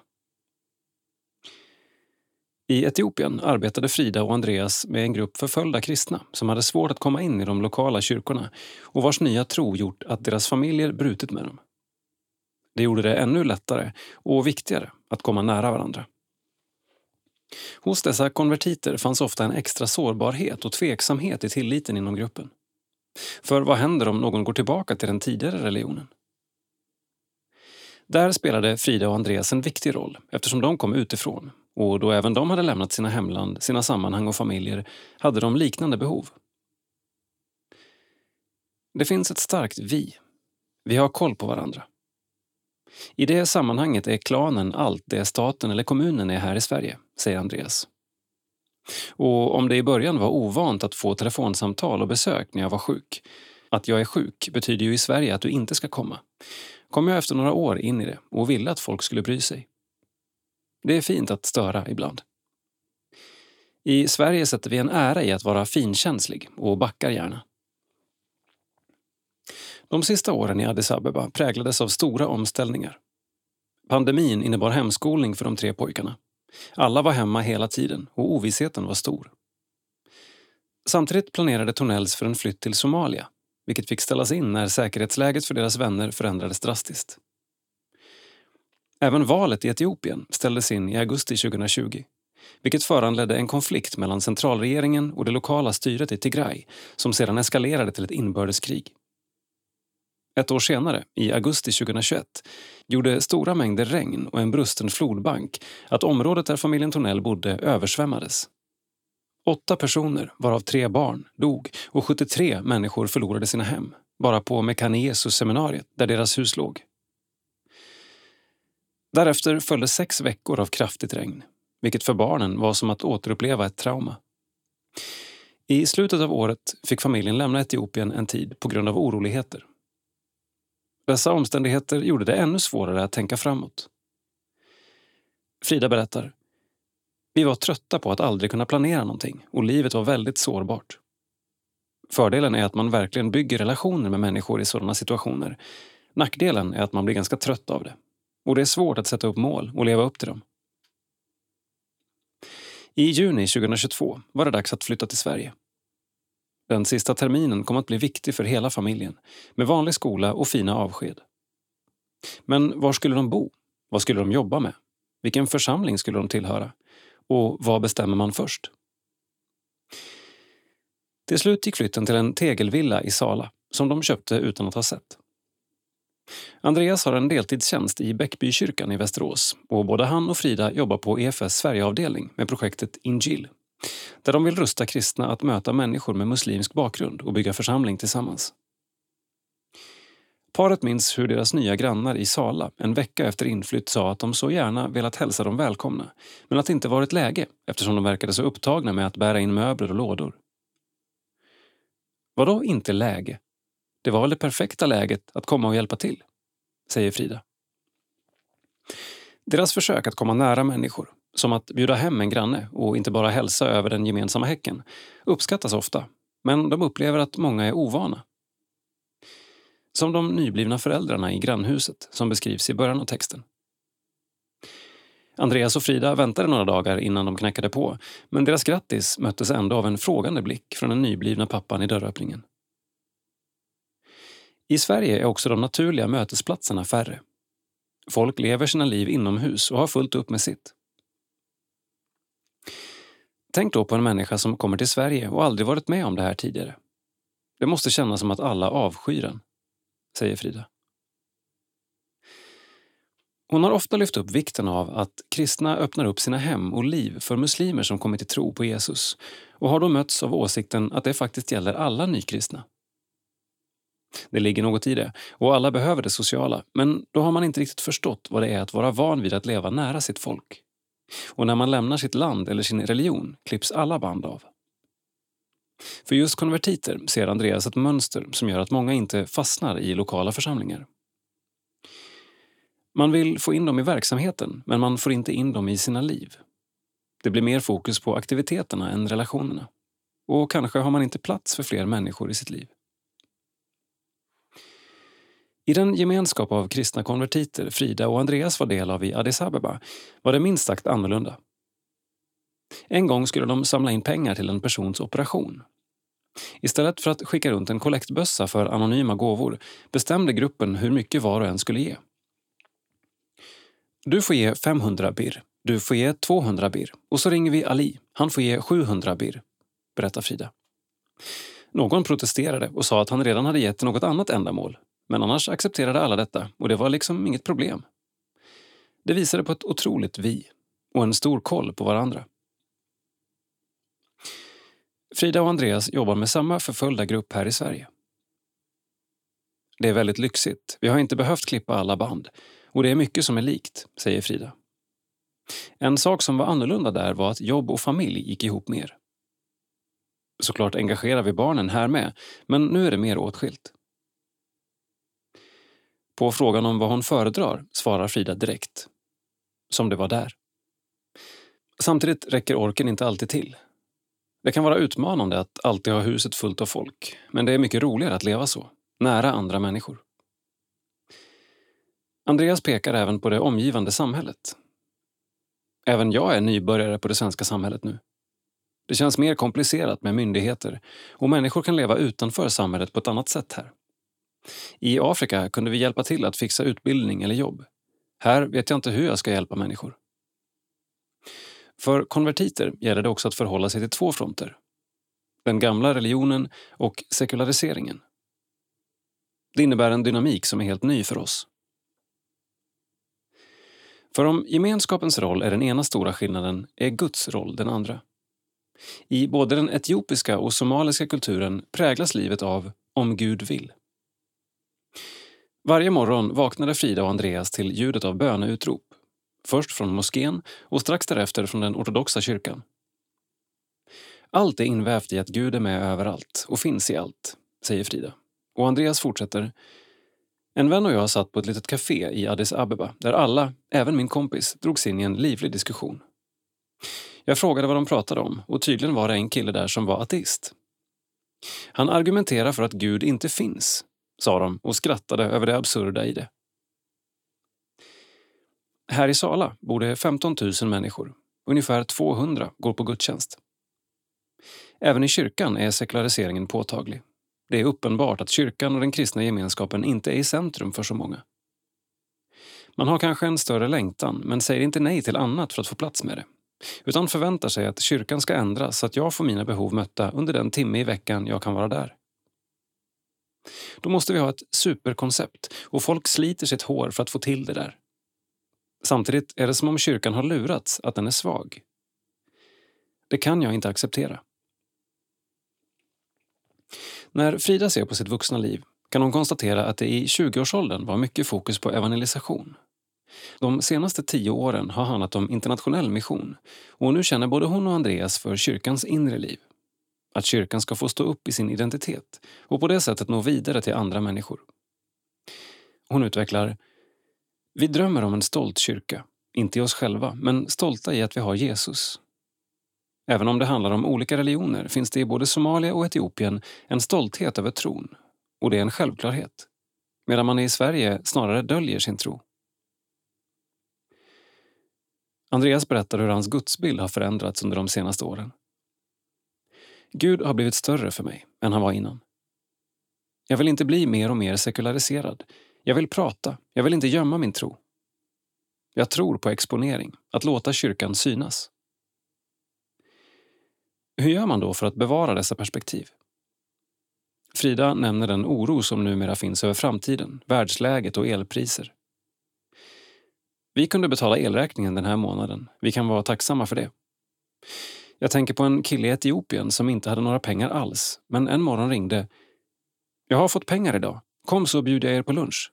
I Etiopien arbetade Frida och Andreas med en grupp förföljda kristna som hade svårt att komma in i de lokala kyrkorna och vars nya tro gjort att deras familjer brutit med dem. Det gjorde det ännu lättare och viktigare att komma nära varandra. Hos dessa konvertiter fanns ofta en extra sårbarhet och tveksamhet i tilliten inom gruppen. För vad händer om någon går tillbaka till den tidigare religionen? Där spelade Frida och Andreas en viktig roll eftersom de kom utifrån och då även de hade lämnat sina hemland, sina sammanhang och familjer hade de liknande behov. Det finns ett starkt vi. Vi har koll på varandra. I det sammanhanget är klanen allt det staten eller kommunen är här i Sverige, säger Andreas. Och om det i början var ovant att få telefonsamtal och besök när jag var sjuk, att jag är sjuk betyder ju i Sverige att du inte ska komma, kom jag efter några år in i det och ville att folk skulle bry sig. Det är fint att störa ibland. I Sverige sätter vi en ära i att vara finkänslig och backar gärna. De sista åren i Addis Abeba präglades av stora omställningar. Pandemin innebar hemskolning för de tre pojkarna. Alla var hemma hela tiden och ovissheten var stor. Samtidigt planerade Tornells för en flytt till Somalia, vilket fick ställas in när säkerhetsläget för deras vänner förändrades drastiskt. Även valet i Etiopien ställdes in i augusti tjugohundratjugo vilket föranledde en konflikt mellan centralregeringen och det lokala styret i Tigray som sedan eskalerade till ett inbördeskrig. Ett år senare, i augusti tjugohundratjugoett, gjorde stora mängder regn och en brusten flodbank att området där familjen Tornell bodde översvämmades. Åtta personer, varav tre barn, dog och sjuttiotre människor förlorade sina hem, bara på Mekane Yesus-seminariet där deras hus låg. Därefter följde sex veckor av kraftigt regn, vilket för barnen var som att återuppleva ett trauma. I slutet av året fick familjen lämna Etiopien en tid på grund av oroligheter. Dessa omständigheter gjorde det ännu svårare att tänka framåt. Frida berättar: Vi var trötta på att aldrig kunna planera någonting och livet var väldigt sårbart. Fördelen är att man verkligen bygger relationer med människor i sådana situationer. Nackdelen är att man blir ganska trött av det. Och det är svårt att sätta upp mål och leva upp till dem. I juni tjugohundratjugotvå var det dags att flytta till Sverige. Den sista terminen kom att bli viktig för hela familjen, med vanlig skola och fina avsked. Men var skulle de bo? Vad skulle de jobba med? Vilken församling skulle de tillhöra? Och vad bestämmer man först? Till slut gick flytten till en tegelvilla i Sala, som de köpte utan att ha sett. Andreas har en deltidstjänst i Bäckbykyrkan i Västerås och både han och Frida jobbar på E F S Sverigeavdelning med projektet Injil, där de vill rusta kristna att möta människor med muslimsk bakgrund och bygga församling tillsammans. Paret minns hur deras nya grannar i Sala en vecka efter inflytt sa att de så gärna velat hälsa dem välkomna, men att det inte varit läge eftersom de verkade så upptagna med att bära in möbler och lådor. Vadå inte läge? Det var väl det perfekta läget att komma och hjälpa till, säger Frida. Deras försök att komma nära människor, som att bjuda hem en granne och inte bara hälsa över den gemensamma häcken, uppskattas ofta, men de upplever att många är ovana. Som de nyblivna föräldrarna i grannhuset som beskrivs i början av texten. Andreas och Frida väntade några dagar innan de knackade på, men deras grattis möttes ändå av en frågande blick från den nyblivna pappan i dörröppningen. I Sverige är också de naturliga mötesplatserna färre. Folk lever sina liv inomhus och har fullt upp med sitt. Tänk då på en människa som kommer till Sverige och aldrig varit med om det här tidigare. Det måste kännas som att alla avskyr den, säger Frida. Hon har ofta lyft upp vikten av att kristna öppnar upp sina hem och liv för muslimer som kommit till tro på Jesus och har då mötts av åsikten att det faktiskt gäller alla nykristna. Det ligger något i det och alla behöver det sociala, men då har man inte riktigt förstått vad det är att vara van vid att leva nära sitt folk. Och när man lämnar sitt land eller sin religion klipps alla band av. För just konvertiter ser Andreas ett mönster som gör att många inte fastnar i lokala församlingar. Man vill få in dem i verksamheten, men man får inte in dem i sina liv. Det blir mer fokus på aktiviteterna än relationerna. Och kanske har man inte plats för fler människor i sitt liv. I den gemenskap av kristna konvertiter Frida och Andreas var del av i Addis Abeba var det minst sagt annorlunda. En gång skulle de samla in pengar till en persons operation. Istället för att skicka runt en kollektbössa för anonyma gåvor bestämde gruppen hur mycket var och en skulle ge. Du får ge femhundra birr, du får ge tvåhundra birr och så ringer vi Ali, han får ge sjuhundra birr, berättar Frida. Någon protesterade och sa att han redan hade gett något annat ändamål, men annars accepterade alla detta och det var liksom inget problem. Det visade på ett otroligt vi och en stor koll på varandra. Frida och Andreas jobbar med samma förföljda grupp här i Sverige. Det är väldigt lyxigt, vi har inte behövt klippa alla band och det är mycket som är likt, säger Frida. En sak som var annorlunda där var att jobb och familj gick ihop mer. Såklart engagerar vi barnen här med, men nu är det mer åtskilt. På frågan om vad hon föredrar svarar Frida direkt. Som det var där. Samtidigt räcker orken inte alltid till. Det kan vara utmanande att alltid ha huset fullt av folk, men det är mycket roligare att leva så, nära andra människor. Andreas pekar även på det omgivande samhället. Även jag är nybörjare på det svenska samhället nu. Det känns mer komplicerat med myndigheter och människor kan leva utanför samhället på ett annat sätt här. I Afrika kunde vi hjälpa till att fixa utbildning eller jobb. Här vet jag inte hur jag ska hjälpa människor. För konvertiter gäller det också att förhålla sig till två fronter. Den gamla religionen och sekulariseringen. Det innebär en dynamik som är helt ny för oss. För om gemenskapens roll är den ena stora skillnaden är Guds roll den andra. I både den etiopiska och somaliska kulturen präglas livet av om Gud vill. Varje morgon vaknade Frida och Andreas till ljudet av böneutrop. Först från moskén och strax därefter från den ortodoxa kyrkan. Allt är invävt i att Gud är med överallt och finns i allt, säger Frida. Och Andreas fortsätter. En vän och jag satt på ett litet café i Addis Abeba där alla, även min kompis, drogs in i en livlig diskussion. Jag frågade vad de pratade om och tydligen var det en kille där som var ateist. Han argumenterar för att Gud inte finns, sa de och skrattade över det absurda i det. Här i Sala bor det femton tusen människor. Ungefär tvåhundra går på gudstjänst. Även i kyrkan är sekulariseringen påtaglig. Det är uppenbart att kyrkan och den kristna gemenskapen inte är i centrum för så många. Man har kanske en större längtan men säger inte nej till annat för att få plats med det. Utan förväntar sig att kyrkan ska ändras så att jag får mina behov mötta under den timme i veckan jag kan vara där. Då måste vi ha ett superkoncept och folk sliter sitt hår för att få till det där. Samtidigt är det som om kyrkan har lurats att den är svag. Det kan jag inte acceptera. När Frida ser på sitt vuxna liv kan hon konstatera att det i tjugoårsåldern var mycket fokus på evangelisation. De senaste tio åren har handlat om internationell mission och nu känner både hon och Andreas för kyrkans inre liv. Att kyrkan ska få stå upp i sin identitet och på det sättet nå vidare till andra människor. Hon utvecklar: Vi drömmer om en stolt kyrka, inte i oss själva, men stolta i att vi har Jesus. Även om det handlar om olika religioner finns det i både Somalia och Etiopien en stolthet över tron, och det är en självklarhet, medan man i Sverige snarare döljer sin tro. Andreas berättar hur hans gudsbild har förändrats under de senaste åren. Gud har blivit större för mig än han var innan. Jag vill inte bli mer och mer sekulariserad. Jag vill prata, jag vill inte gömma min tro. Jag tror på exponering, att låta kyrkan synas. Hur gör man då för att bevara dessa perspektiv? Frida nämner den oro som numera finns över framtiden, världsläget och elpriser. Vi kunde betala elräkningen den här månaden. Vi kan vara tacksamma för det. Jag tänker på en kille i Etiopien som inte hade några pengar alls, men en morgon ringde. Jag har fått pengar idag. Kom så bjuder jag er på lunch.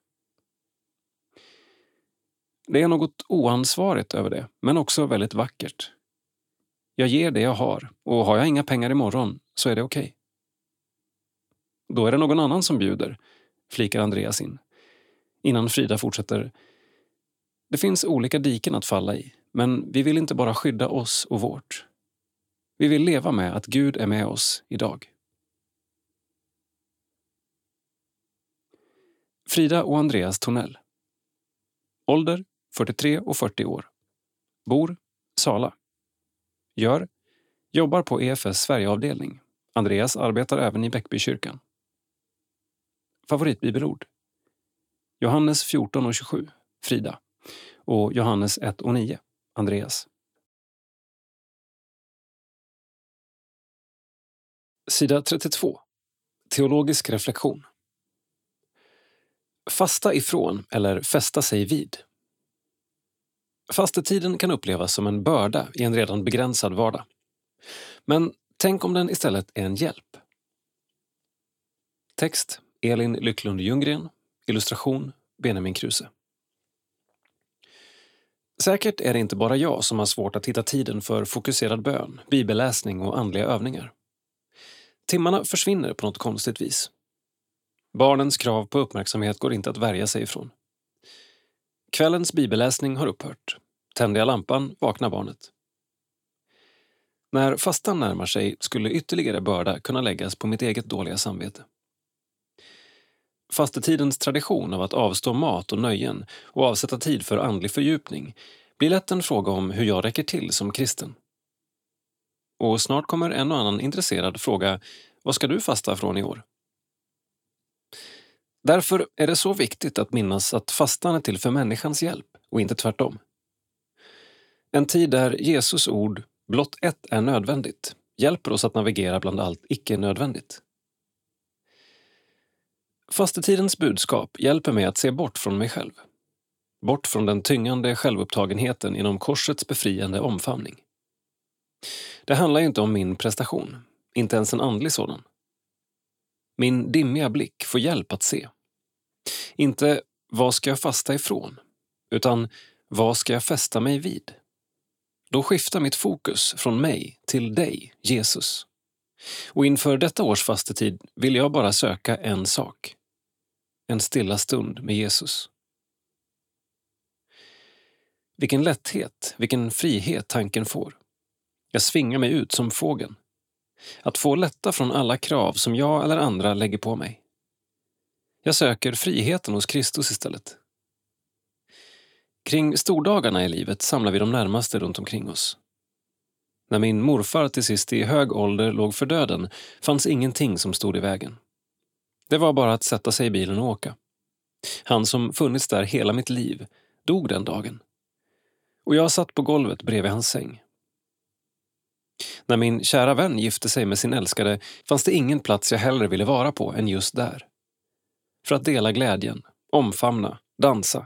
Det är något oansvarigt över det, men också väldigt vackert. Jag ger det jag har, och har jag inga pengar imorgon så är det okej. Okay. Då är det någon annan som bjuder, flikar Andreas in. Innan Frida fortsätter. Det finns olika diken att falla i, men vi vill inte bara skydda oss och vårt. Vi vill leva med att Gud är med oss idag. Frida och Andreas Tornell. Ålder fyrtiotre och fyrtio år. Bor Sala. Gör jobbar på E F S Sverigeavdelning. Andreas arbetar även i Bäckbykyrkan. Favoritbibelord. Johannes fjorton och tjugosju. Frida. Och Johannes ett och nio. Andreas. Sida trettiotvå. Teologisk reflektion. Fasta ifrån eller fästa sig vid. Fastetiden kan upplevas som en börda i en redan begränsad vardag. Men tänk om den istället är en hjälp. Text Elin Lycklund Ljunggren. Illustration Benjamin Kruse. Säkert är det inte bara jag som har svårt att hitta tiden för fokuserad bön, bibelläsning och andliga övningar. Timmarna försvinner på något konstigt vis. Barnens krav på uppmärksamhet går inte att värja sig ifrån. Kvällens bibelläsning har upphört. Tänder jag lampan vaknar barnet. När fastan närmar sig skulle ytterligare börda kunna läggas på mitt eget dåliga samvete. Fastetidens tradition av att avstå mat och nöjen och avsätta tid för andlig fördjupning blir lätt en fråga om hur jag räcker till som kristen. Och snart kommer en och annan intresserad fråga, vad ska du fasta från i år? Därför är det så viktigt att minnas att fastan är till för människans hjälp och inte tvärtom. En tid där Jesus ord blott ett är nödvändigt hjälper oss att navigera bland allt icke-nödvändigt. Fastetidens budskap hjälper mig att se bort från mig själv. Bort från den tyngande självupptagenheten inom korsets befriande omfamning. Det handlar ju inte om min prestation, inte ens en andlig sådan. Min dimmiga blick får hjälp att se. Inte vad ska jag fasta ifrån, utan vad ska jag fästa mig vid? Då skiftar mitt fokus från mig till dig, Jesus. Och inför detta års fastetid vill jag bara söka en sak. En stilla stund med Jesus. Vilken lätthet, vilken frihet tanken får. Jag svingar mig ut som fågeln. Att få lätta från alla krav som jag eller andra lägger på mig. Jag söker friheten hos Kristus istället. Kring stordagarna i livet samlar vi de närmaste runt omkring oss. När min morfar till sist i hög ålder låg för döden fanns ingenting som stod i vägen. Det var bara att sätta sig i bilen och åka. Han som funnits där hela mitt liv dog den dagen. Och jag satt på golvet bredvid hans säng. När min kära vän gifte sig med sin älskade fanns det ingen plats jag hellre ville vara på än just där. För att dela glädjen, omfamna, dansa.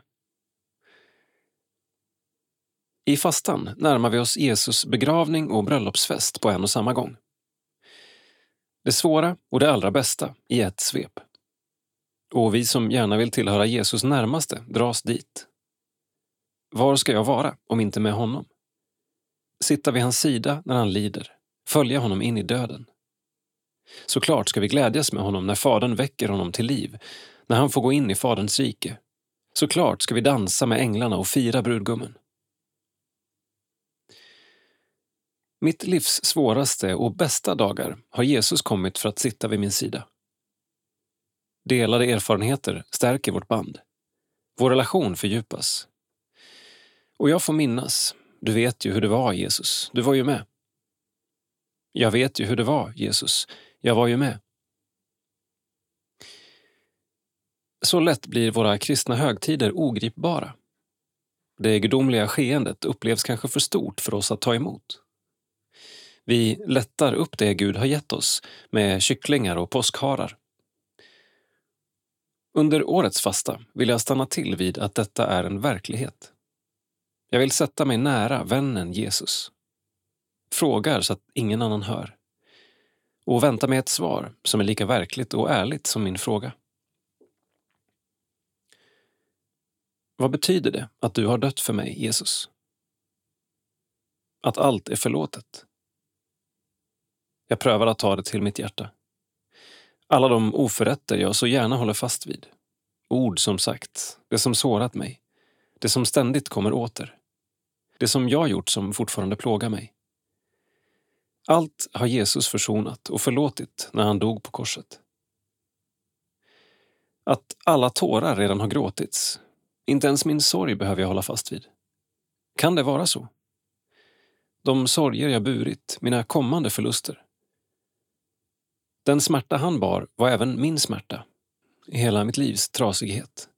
I fastan närmar vi oss Jesus begravning och bröllopsfest på en och samma gång. Det svåra och det allra bästa i ett svep. Och vi som gärna vill tillhöra Jesus närmaste dras dit. Var ska jag vara om inte med honom? Sitta vid hans sida när han lider, följa honom in i döden. Såklart ska vi glädjas med honom när fadern väcker honom till liv, när han får gå in i faderns rike. Såklart ska vi dansa med änglarna och fira brudgummen. Mitt livs svåraste och bästa dagar har Jesus kommit för att sitta vid min sida. Delade erfarenheter stärker vårt band. Vår relation fördjupas. Och jag får minnas, du vet ju hur det var, Jesus, du var ju med. Jag vet ju hur det var, Jesus, jag var ju med. Så lätt blir våra kristna högtider ogripbara. Det gudomliga skeendet upplevs kanske för stort för oss att ta emot. Vi lättar upp det Gud har gett oss med kycklingar och påskharar. Under årets fasta vill jag stanna till vid att detta är en verklighet. Jag vill sätta mig nära vännen Jesus. Frågar så att ingen annan hör. Och vänta mig ett svar som är lika verkligt och ärligt som min fråga. Vad betyder det att du har dött för mig, Jesus? Att allt är förlåtet. Jag prövar att ta det till mitt hjärta. Alla de oförrätter jag så gärna håller fast vid. Ord som sagt, det som sårat mig. Det som ständigt kommer åter. Det som jag gjort som fortfarande plågar mig. Allt har Jesus försonat och förlåtit när han dog på korset. Att alla tårar redan har gråtits. Inte ens min sorg behöver jag hålla fast vid. Kan det vara så? De sorger jag burit, mina kommande förluster. Den smärta han bar var även min smärta. Hela mitt livs trasighet.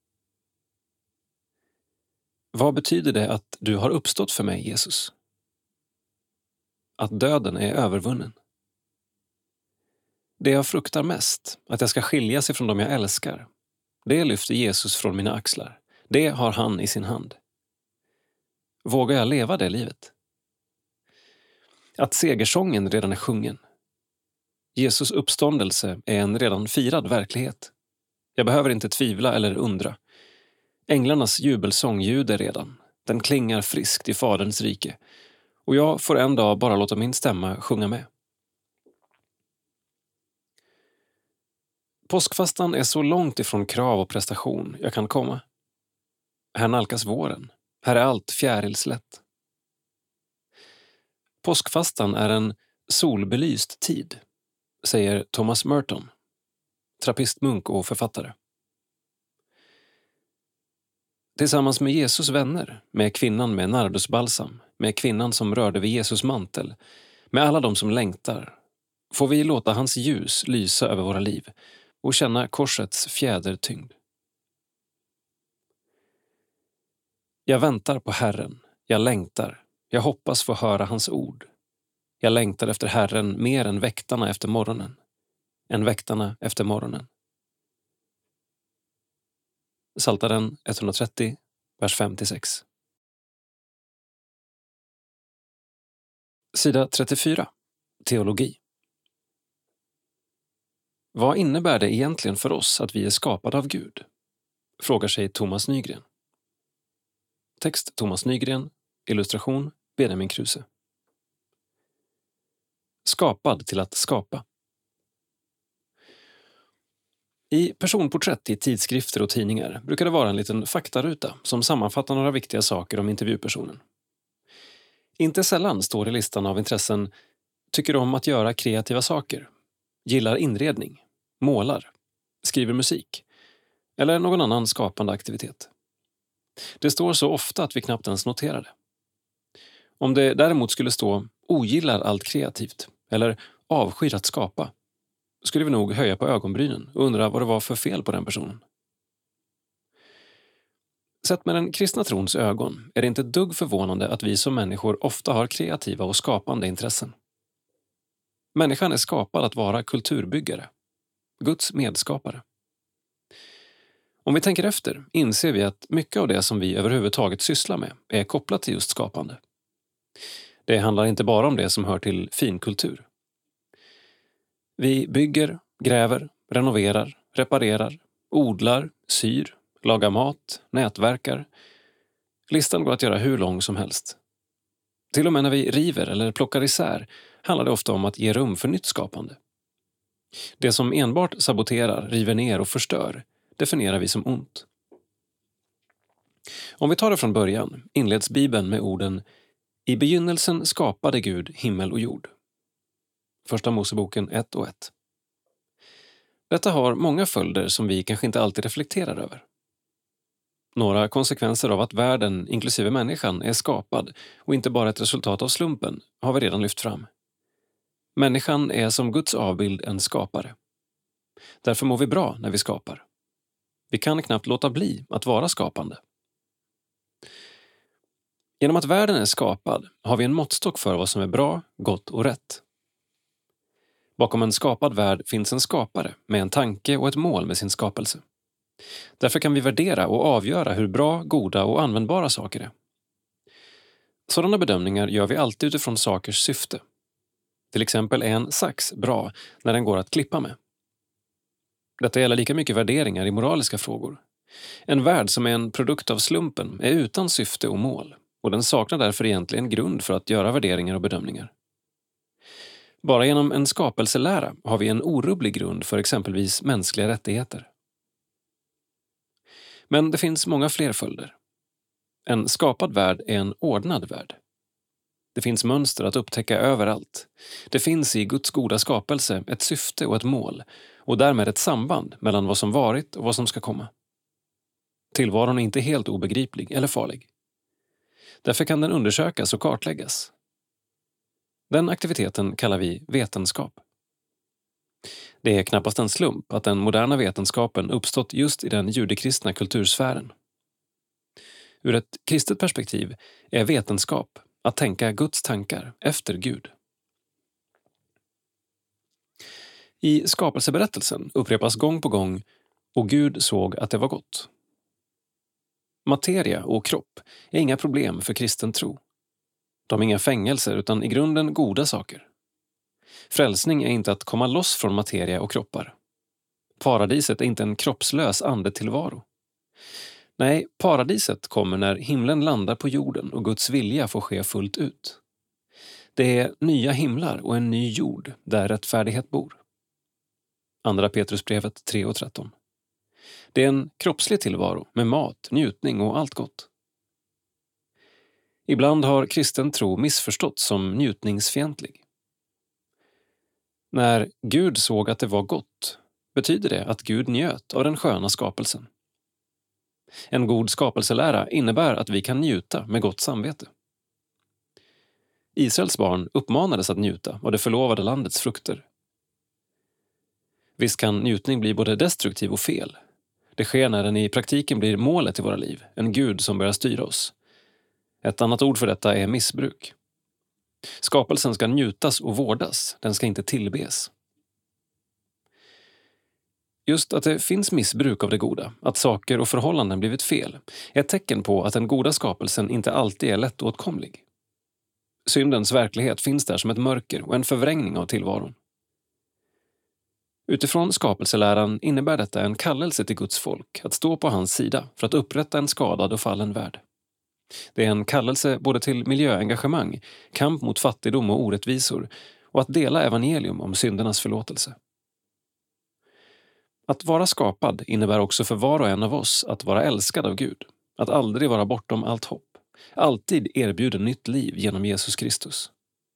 Vad betyder det att du har uppstått för mig, Jesus? Att döden är övervunnen. Det jag fruktar mest, att jag ska skiljas ifrån dem jag älskar, det lyfter Jesus från mina axlar. Det har han i sin hand. Vågar jag leva det livet? Att segersången redan är sjungen. Jesus uppståndelse är en redan firad verklighet. Jag behöver inte tvivla eller undra. Änglarnas jubelsång ljuder redan. Den klingar friskt i faderns rike. Och jag får en dag bara låta min stämma sjunga med. Påskfastan är så långt ifrån krav och prestation jag kan komma. Här nalkas våren. Här är allt fjärilslätt. Påskfastan är en solbelyst tid, säger Thomas Merton, trappistmunk och författare. Tillsammans med Jesus vänner, med kvinnan med nardusbalsam, med kvinnan som rörde vid Jesus mantel, med alla de som längtar, får vi låta hans ljus lysa över våra liv och känna korsets fjädertyngd. Jag väntar på Herren, jag längtar, Jag hoppas få höra hans ord. Jag längtar efter Herren mer än väktarna efter morgonen. Än väktarna efter morgonen. Psaltaren etthundratrettio, vers fem till sex. Sida trettiofyra. Teologi. Vad innebär det egentligen för oss att vi är skapade av Gud? Frågar sig Thomas Nygren. Text Thomas Nygren. Illustration Benjamin Kruse. Skapad till att skapa. I personporträtt i tidskrifter och tidningar brukar det vara en liten faktaruta som sammanfattar några viktiga saker om intervjupersonen. Inte sällan står i listan av intressen: tycker om att göra kreativa saker, gillar inredning, målar, skriver musik eller någon annan skapande aktivitet. Det står så ofta att vi knappt ens noterar det. Om det däremot skulle stå ogillar allt kreativt eller avskyr att skapa, skulle vi nog höja på ögonbrynen och undra vad det var för fel på den personen. Sett med den kristna trons ögon är det inte ett dugg förvånande att vi som människor ofta har kreativa och skapande intressen. Människan är skapad att vara kulturbyggare, Guds medskapare. Om vi tänker efter inser vi att mycket av det som vi överhuvudtaget sysslar med är kopplat till just skapande. Det handlar inte bara om det som hör till finkultur. Vi bygger, gräver, renoverar, reparerar, odlar, syr, lagar mat, nätverkar. Listan går att göra hur lång som helst. Till och med när vi river eller plockar isär handlar det ofta om att ge rum för nytt skapande. Det som enbart saboterar, river ner och förstör definierar vi som ont. Om vi tar det från början inleds Bibeln med orden: i begynnelsen skapade Gud himmel och jord. Första Moseboken ett och ett. Detta har många följder som vi kanske inte alltid reflekterar över. Några konsekvenser av att världen, inklusive människan, är skapad och inte bara ett resultat av slumpen har vi redan lyft fram. Människan är som Guds avbild en skapare. Därför mår vi bra när vi skapar. Vi kan knappt låta bli att vara skapande. Genom att världen är skapad har vi en måttstock för vad som är bra, gott och rätt. Bakom en skapad värld finns en skapare med en tanke och ett mål med sin skapelse. Därför kan vi värdera och avgöra hur bra, goda och användbara saker är. Sådana bedömningar gör vi alltid utifrån sakers syfte. Till exempel är en sax bra när den går att klippa med. Detta gäller lika mycket värderingar i moraliska frågor. En värld som är en produkt av slumpen är utan syfte och mål, och den saknar därför egentligen grund för att göra värderingar och bedömningar. Bara genom en skapelselära har vi en orubblig grund för exempelvis mänskliga rättigheter. Men det finns många fler följder. En skapad värld är en ordnad värld. Det finns mönster att upptäcka överallt. Det finns i Guds goda skapelse ett syfte och ett mål, och därmed ett samband mellan vad som varit och vad som ska komma. Tillvaron är inte helt obegriplig eller farlig. Därför kan den undersökas och kartläggas. Den aktiviteten kallar vi vetenskap. Det är knappast en slump att den moderna vetenskapen uppstått just i den judekristna kultursfären. Ur ett kristet perspektiv är vetenskap att tänka Guds tankar efter Gud. I skapelseberättelsen upprepas gång på gång: och Gud såg att det var gott. Materia och kropp är inga problem för kristen tro. De är inga fängelser utan i grunden goda saker. Frälsning är inte att komma loss från materia och kroppar. Paradiset är inte en kroppslös andetillvaro. Nej, paradiset kommer när himlen landar på jorden och Guds vilja får ske fullt ut. Det är nya himlar och en ny jord där rättfärdighet bor. Andra Petrusbrevet tre och tretton. Det är en kroppslig tillvaro med mat, njutning och allt gott. Ibland har kristen tro missförståtts som njutningsfientlig. När Gud såg att det var gott betyder det att Gud njöt av den sköna skapelsen. En god skapelselära innebär att vi kan njuta med gott samvete. Israels barn uppmanades att njuta av det förlovade landets frukter. Visst kan njutning bli både destruktiv och fel. Det sker när den i praktiken blir målet i våra liv, en Gud som börjar styra oss. Ett annat ord för detta är missbruk. Skapelsen ska njutas och vårdas, den ska inte tillbes. Just att det finns missbruk av det goda, att saker och förhållanden blivit fel, är ett tecken på att den goda skapelsen inte alltid är lättåtkomlig. Syndens verklighet finns där som ett mörker och en förvrängning av tillvaron. Utifrån skapelseläran innebär detta en kallelse till Guds folk att stå på hans sida för att upprätta en skadad och fallen värld. Det är en kallelse både till miljöengagemang, kamp mot fattigdom och orättvisor och att dela evangelium om syndernas förlåtelse. Att vara skapad innebär också för var och en av oss att vara älskad av Gud, att aldrig vara bortom allt hopp, alltid erbjuder nytt liv genom Jesus Kristus.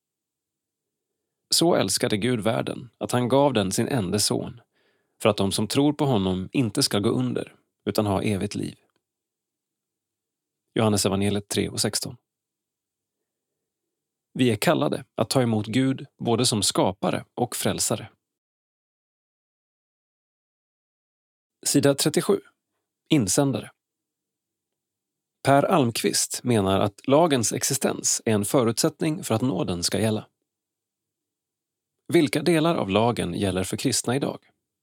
Så älskade Gud världen att han gav den sin enda son, för att de som tror på honom inte ska gå under, utan ha evigt liv. Johannes evangeliet tre och sexton. Vi är kallade att ta emot Gud både som skapare och frälsare. Sida trettiosju. Insändare. Per Almqvist menar att lagens existens är en förutsättning för att nåden ska gälla. Vilka delar av lagen gäller för kristna idag?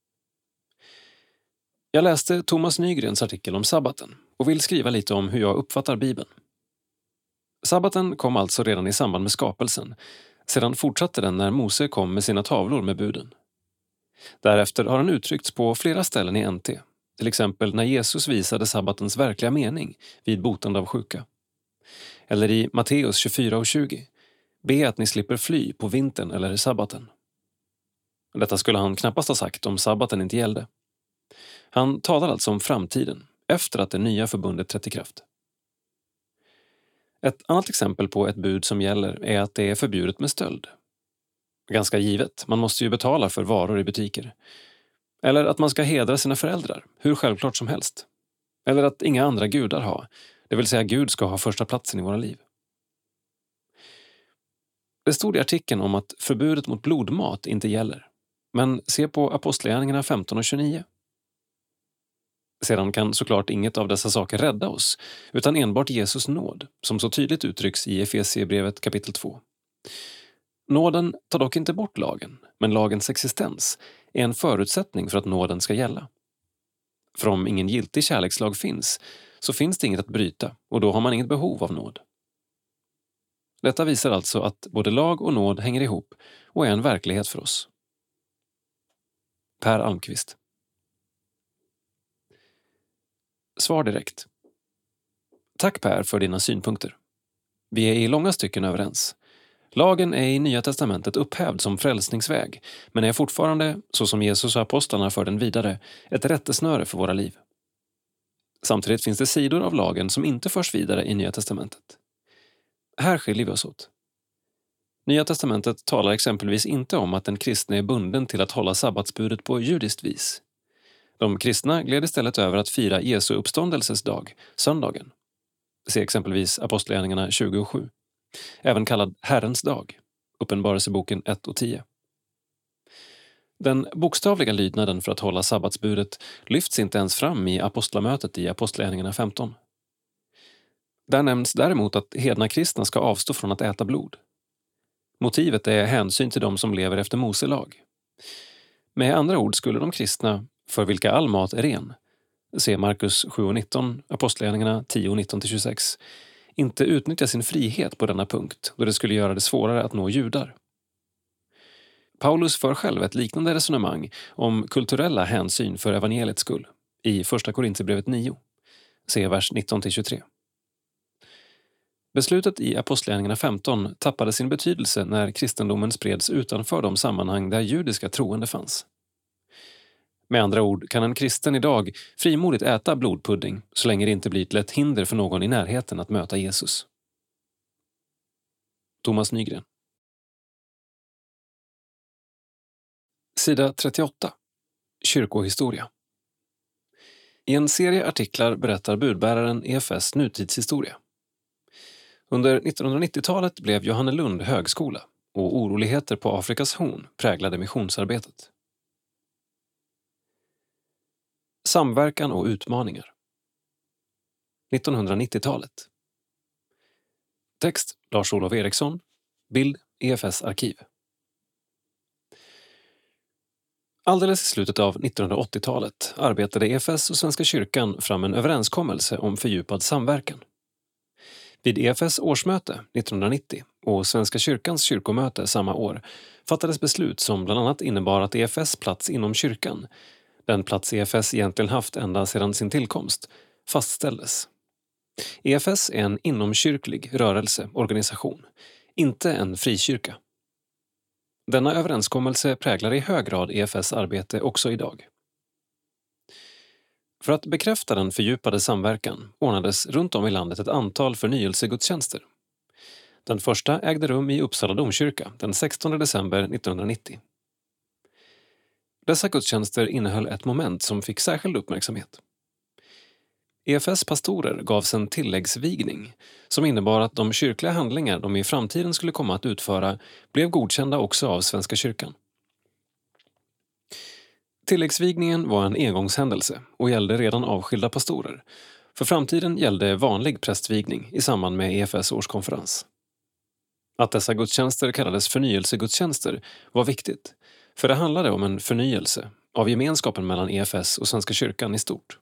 Jag läste Thomas Nygrens artikel om sabbaten och vill skriva lite om hur jag uppfattar Bibeln. Sabbaten kom alltså redan i samband med skapelsen. Sedan fortsatte den när Mose kom med sina tavlor med buden. Därefter har den uttryckts på flera ställen i N T, till exempel när Jesus visade sabbatens verkliga mening vid botande av sjuka. Eller i Matteus tjugofyra och tjugo, be att ni slipper fly på vintern eller sabbaten. Detta skulle han knappast ha sagt om sabbaten inte gällde. Han talar alltså om framtiden, efter att det nya förbundet trätt i kraft. Ett annat exempel på ett bud som gäller är att det är förbjudet med stöld. Ganska givet, man måste ju betala för varor i butiker. Eller att man ska hedra sina föräldrar, hur självklart som helst. Eller att inga andra gudar har, det vill säga Gud ska ha första platsen i våra liv. Det stod i artikeln om att förbudet mot blodmat inte gäller. Men se på Apostlagärningarna femton och tjugonio. Sedan kan såklart inget av dessa saker rädda oss, utan enbart Jesus nåd, som så tydligt uttrycks i Efesierbrevet kapitel två. Nåden tar dock inte bort lagen, men lagens existens är en förutsättning för att nåden ska gälla. För om ingen giltig kärlekslag finns, så finns det inget att bryta och då har man inget behov av nåd. Detta visar alltså att både lag och nåd hänger ihop och är en verklighet för oss. Per Almqvist. Svar direkt. Tack Per för dina synpunkter. Vi är i långa stycken överens. Lagen är i Nya testamentet upphävd som frälsningsväg, men är fortfarande, så som Jesus och apostlarna för den vidare, ett rättesnöre för våra liv. Samtidigt finns det sidor av lagen som inte förs vidare i Nya testamentet. Här skiljer vi oss åt. Nya testamentet talar exempelvis inte om att den kristne är bunden till att hålla sabbatsbudet på judiskt vis. De kristna gled istället över att fira Jesu uppståndelses dag, söndagen. Se exempelvis Apostlagärningarna tjugo och sju. Även kallad Herrens dag, Uppenbarelseboken ett och tio. Den bokstavliga lydnaden för att hålla sabbatsbudet lyfts inte ens fram i apostlamötet i Apostlagärningarna femton. Där nämns däremot att hedna kristna ska avstå från att äta blod. Motivet är hänsyn till de som lever efter Mose lag. Med andra ord skulle de kristna, för vilka all mat är ren, se Markus sju och nitton, Apostlagärningarna tio och nitton till tjugosex, inte utnyttja sin frihet på denna punkt då det skulle göra det svårare att nå judar. Paulus för själv ett liknande resonemang om kulturella hänsyn för evangeliets skull i första Korinthierbrevet nio, se vers nitton till tjugotre. Beslutet i Apostlagärningarna femton tappade sin betydelse när kristendomen spreds utanför de sammanhang där judiska troende fanns. Med andra ord kan en kristen idag frimodigt äta blodpudding så länge det inte blir till ett hinder för någon i närheten att möta Jesus. Thomas Nygren. Sida trettioåtta. Kyrkohistoria. I en serie artiklar berättar budbäraren E F S nutidshistoria. Under nittonhundranittiotalet blev Johannelund högskola och oroligheter på Afrikas horn präglade missionsarbetet. Samverkan och utmaningar. nittonhundranittiotalet. Text Lars-Olof Eriksson. Bild E F S-arkiv. Alldeles i slutet av nittonhundraåttiotalet arbetade E F S och Svenska kyrkan fram en överenskommelse om fördjupad samverkan. Vid E F S årsmöte nittonhundranittio och Svenska kyrkans kyrkomöte samma år fattades beslut som bland annat innebar att E F S plats inom kyrkan, den plats E F S egentligen haft ända sedan sin tillkomst, fastställdes. E F S är en inomkyrklig rörelse, organisation, inte en frikyrka. Denna överenskommelse präglar i hög grad E F S arbete också idag. För att bekräfta den fördjupade samverkan ordnades runt om i landet ett antal förnyelsegudstjänster. Den första ägde rum i Uppsala domkyrka den sextonde december nittonhundranittio. Dessa gudstjänster innehöll ett moment som fick särskild uppmärksamhet. E F S pastorer gavs en tilläggsvigning som innebar att de kyrkliga handlingar de i framtiden skulle komma att utföra blev godkända också av Svenska kyrkan. Tilläggsvigningen var en engångshändelse och gällde redan avskilda pastorer. För framtiden gällde vanlig prästvigning i samband med E F S årskonferens. Att dessa gudstjänster kallades förnyelsegudstjänster var viktigt, för det handlade om en förnyelse av gemenskapen mellan E F S och Svenska kyrkan i stort.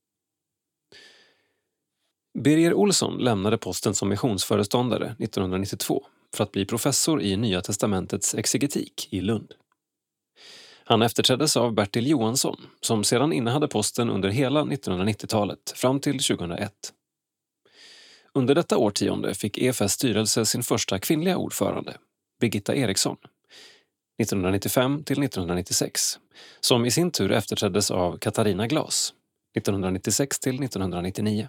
Birger Olsson lämnade posten som missionsföreståndare nittonhundranittiotvå för att bli professor i Nya testamentets exegetik i Lund. Han efterträddes av Bertil Johansson som sedan innehade posten under hela nittonhundranittiotalet fram till tjugohundraett. Under detta årtionde fick E F S styrelse sin första kvinnliga ordförande, Birgitta Eriksson, nittonhundranittiofem till nittonhundranittiosex, som i sin tur efterträddes av Katarina Glas, nittonhundranittiosex till nittonhundranittionio.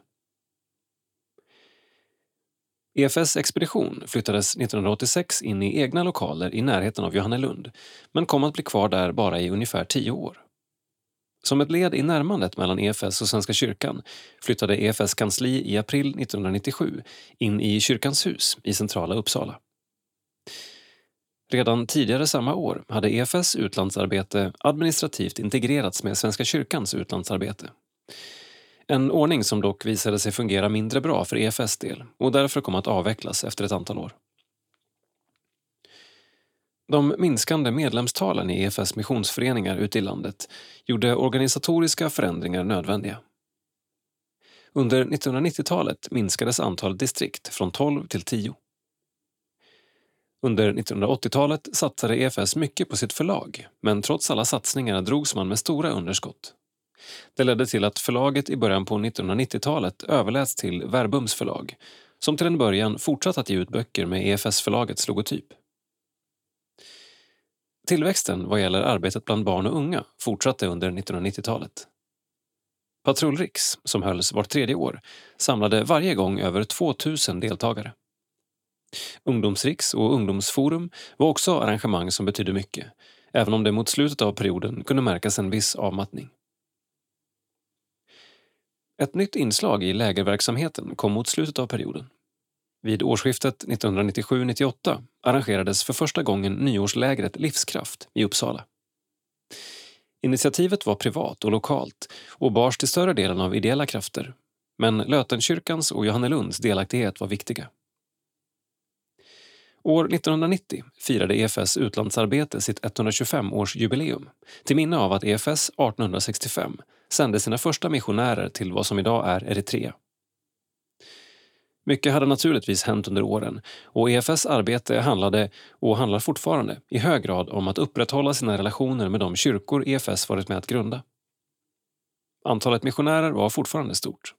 E F S-expedition flyttades nittonhundraåttiosex in i egna lokaler i närheten av Johannelund, men kom att bli kvar där bara i ungefär tio år. Som ett led i närmandet mellan E F S och Svenska kyrkan flyttade E F S kansli i april nittonhundranittiosju in i Kyrkans hus i centrala Uppsala. Redan tidigare samma år hade E F S utlandsarbete administrativt integrerats med Svenska kyrkans utlandsarbete. En ordning som dock visade sig fungera mindre bra för E F S del och därför kom att avvecklas efter ett antal år. De minskande medlemstalen i E F S missionsföreningar ute i landet gjorde organisatoriska förändringar nödvändiga. Under nittonhundranittiotalet minskades antalet distrikt från tolv till tio. Under nittonhundraåttiotalet satsade E F S mycket på sitt förlag, men trots alla satsningar drogs man med stora underskott. Det ledde till att förlaget i början på nittonhundranittiotalet överläts till Verbums förlag, som till en början fortsatt att ge ut böcker med E F S-förlagets logotyp. Tillväxten vad gäller arbetet bland barn och unga fortsatte under nittonhundranittiotalet. Patrullriks, som hölls vart tredje år, samlade varje gång över tvåtusen deltagare. Ungdomsriks och ungdomsforum var också arrangemang som betydde mycket, även om det mot slutet av perioden kunde märkas en viss avmattning. Ett nytt inslag i lägerverksamheten kom mot slutet av perioden. Vid årsskiftet nittonhundranittiosju nittioåtta arrangerades för första gången nyårslägret Livskraft i Uppsala. Initiativet var privat och lokalt och bars till större delen av ideella krafter, men Lötenkyrkans och Johannelunds delaktighet var viktiga. År nittonhundranittio firade E F S utlandsarbete sitt etthundratjugofem-årsjubileum till minne av att E F S artonhundrasextiofem sände sina första missionärer till vad som idag är Eritrea. Mycket hade naturligtvis hänt under åren och E F S arbete handlade och handlar fortfarande i hög grad om att upprätthålla sina relationer med de kyrkor E F S varit med att grunda. Antalet missionärer var fortfarande stort.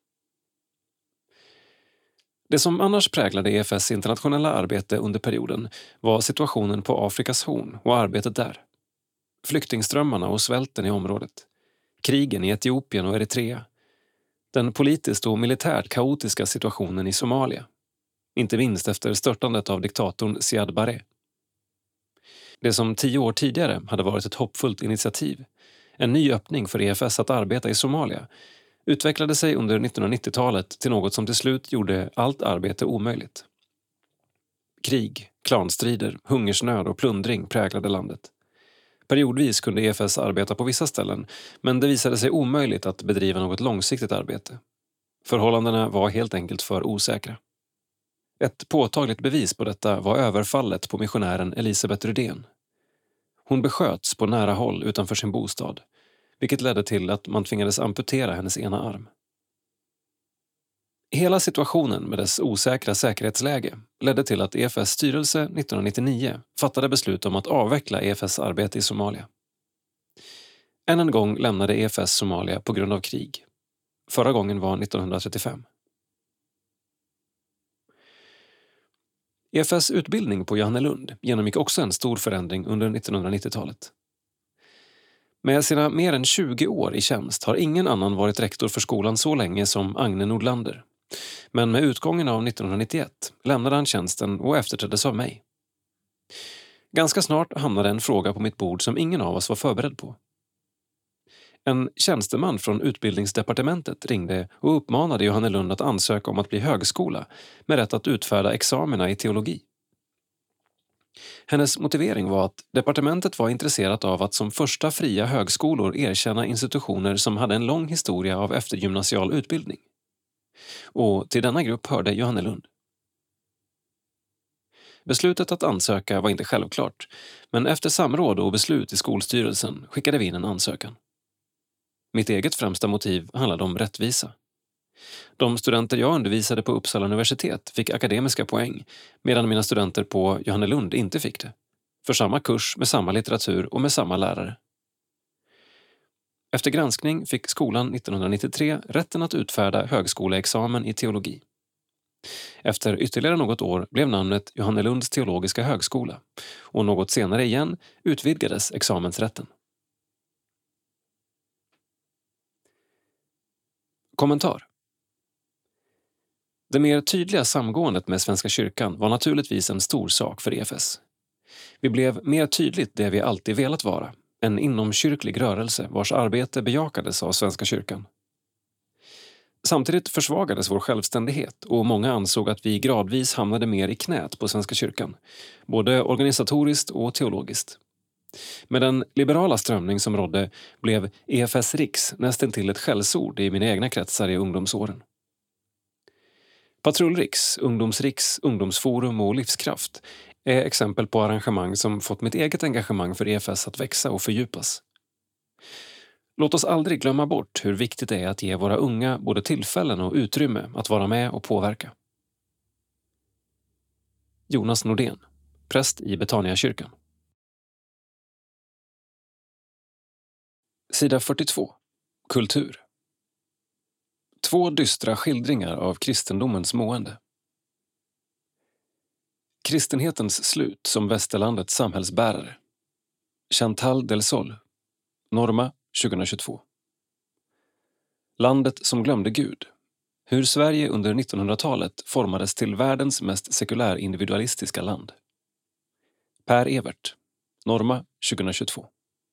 Det som annars präglade E F S internationella arbete under perioden var situationen på Afrikas horn och arbetet där. Flyktingströmmarna och svälten i området. Krigen i Etiopien och Eritrea. Den politiskt och militärt kaotiska situationen i Somalia. Inte minst efter störtandet av diktatorn Siad Barre. Det som tio år tidigare hade varit ett hoppfullt initiativ, en ny öppning för E F S att arbeta i Somalia, utvecklade sig under nittonhundranittiotalet till något som till slut gjorde allt arbete omöjligt. Krig, klanstrider, hungersnöd och plundring präglade landet. Periodvis kunde E F S arbeta på vissa ställen, men det visade sig omöjligt att bedriva något långsiktigt arbete. Förhållandena var helt enkelt för osäkra. Ett påtagligt bevis på detta var överfallet på missionären Elisabeth Rydén. Hon besköts på nära håll utanför sin bostad, vilket ledde till att man tvingades amputera hennes ena arm. Hela situationen med dess osäkra säkerhetsläge ledde till att E F S styrelse nittonhundranittionio fattade beslut om att avveckla E F S arbete i Somalia. Än en gång lämnade E F S Somalia på grund av krig. Förra gången var nittonhundratrettiofem. E F S utbildning på Johannelund genomgick också en stor förändring under nittonhundranittiotalet. Med sina mer än tjugo år i tjänst har ingen annan varit rektor för skolan så länge som Agne Nordlander. Men med utgången av nittonhundranittioett lämnade han tjänsten och efterträddes av mig. Ganska snart hamnade en fråga på mitt bord som ingen av oss var förberedd på. En tjänsteman från utbildningsdepartementet ringde och uppmanade Johannelund att ansöka om att bli högskola med rätt att utfärda examina i teologi. Hennes motivering var att departementet var intresserat av att som första fria högskolor erkänna institutioner som hade en lång historia av eftergymnasial utbildning. Och till denna grupp hörde Johannelund. Beslutet att ansöka var inte självklart, men efter samråd och beslut i skolstyrelsen skickade vi in en ansökan. Mitt eget främsta motiv handlade om rättvisa. De studenter jag undervisade på Uppsala universitet fick akademiska poäng, medan mina studenter på Johannelund inte fick det. För samma kurs med samma litteratur och med samma lärare. Efter granskning fick skolan nittonhundranittiotre rätten att utfärda högskoleexamen i teologi. Efter ytterligare något år blev namnet Johannelunds teologiska högskola och något senare igen utvidgades examensrätten. Kommentar. Det mer tydliga samgåendet med Svenska kyrkan var naturligtvis en stor sak för E F S. Vi blev mer tydligt det vi alltid velat vara, en inomkyrklig rörelse vars arbete bejakades av Svenska kyrkan. Samtidigt försvagades vår självständighet och många ansåg att vi gradvis hamnade mer i knät på Svenska kyrkan, både organisatoriskt och teologiskt. Med den liberala strömning som rådde blev E F S Riks nästan till ett skällsord i mina egna kretsar i ungdomsåren. Patrullriks, Ungdomsriks, Ungdomsforum och Livskraft är exempel på arrangemang som fått mitt eget engagemang för E F S att växa och fördjupas. Låt oss aldrig glömma bort hur viktigt det är att ge våra unga både tillfällen och utrymme att vara med och påverka. Jonas Nordén, präst i Betaniakyrkan. Sida fyrtiotvå. Kultur. Två dystra skildringar av kristendomens mående. Kristenhetens slut som västerlandets samhällsbärare. Chantal del Sol. Norma, tjugohundratjugotvå. Landet som glömde Gud. Hur Sverige under nittonhundratalet formades till världens mest sekulär-individualistiska land. Per Evert. Norma, tjugohundratjugotvå.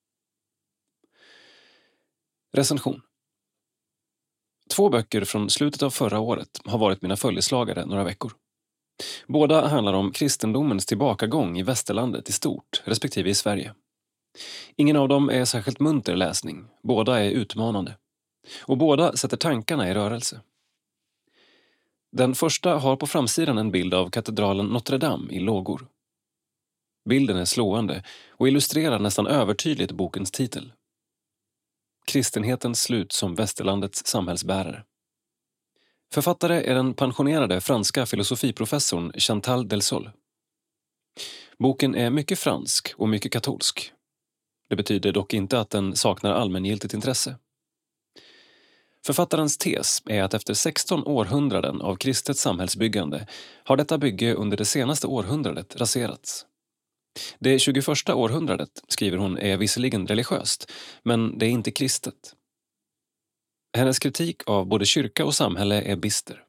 Recension. Två böcker från slutet av förra året har varit mina följeslagare några veckor. Båda handlar om kristendomens tillbakagång i västerlandet i stort, respektive i Sverige. Ingen av dem är särskilt munter läsning, båda är utmanande. Och båda sätter tankarna i rörelse. Den första har på framsidan en bild av katedralen Notre Dame i lågor. Bilden är slående och illustrerar nästan övertydligt bokens titel. Kristenhetens slut som västerlandets samhällsbärare. Författare är den pensionerade franska filosofiprofessorn Chantal del Sol. Boken är mycket fransk och mycket katolsk. Det betyder dock inte att den saknar allmängiltigt intresse. Författarens tes är att efter sexton århundraden av kristet samhällsbyggande har detta bygge under det senaste århundradet raserats. Det tjugoförsta århundradet, skriver hon, är visserligen religiöst, men det är inte kristet. Hennes kritik av både kyrka och samhälle är bister.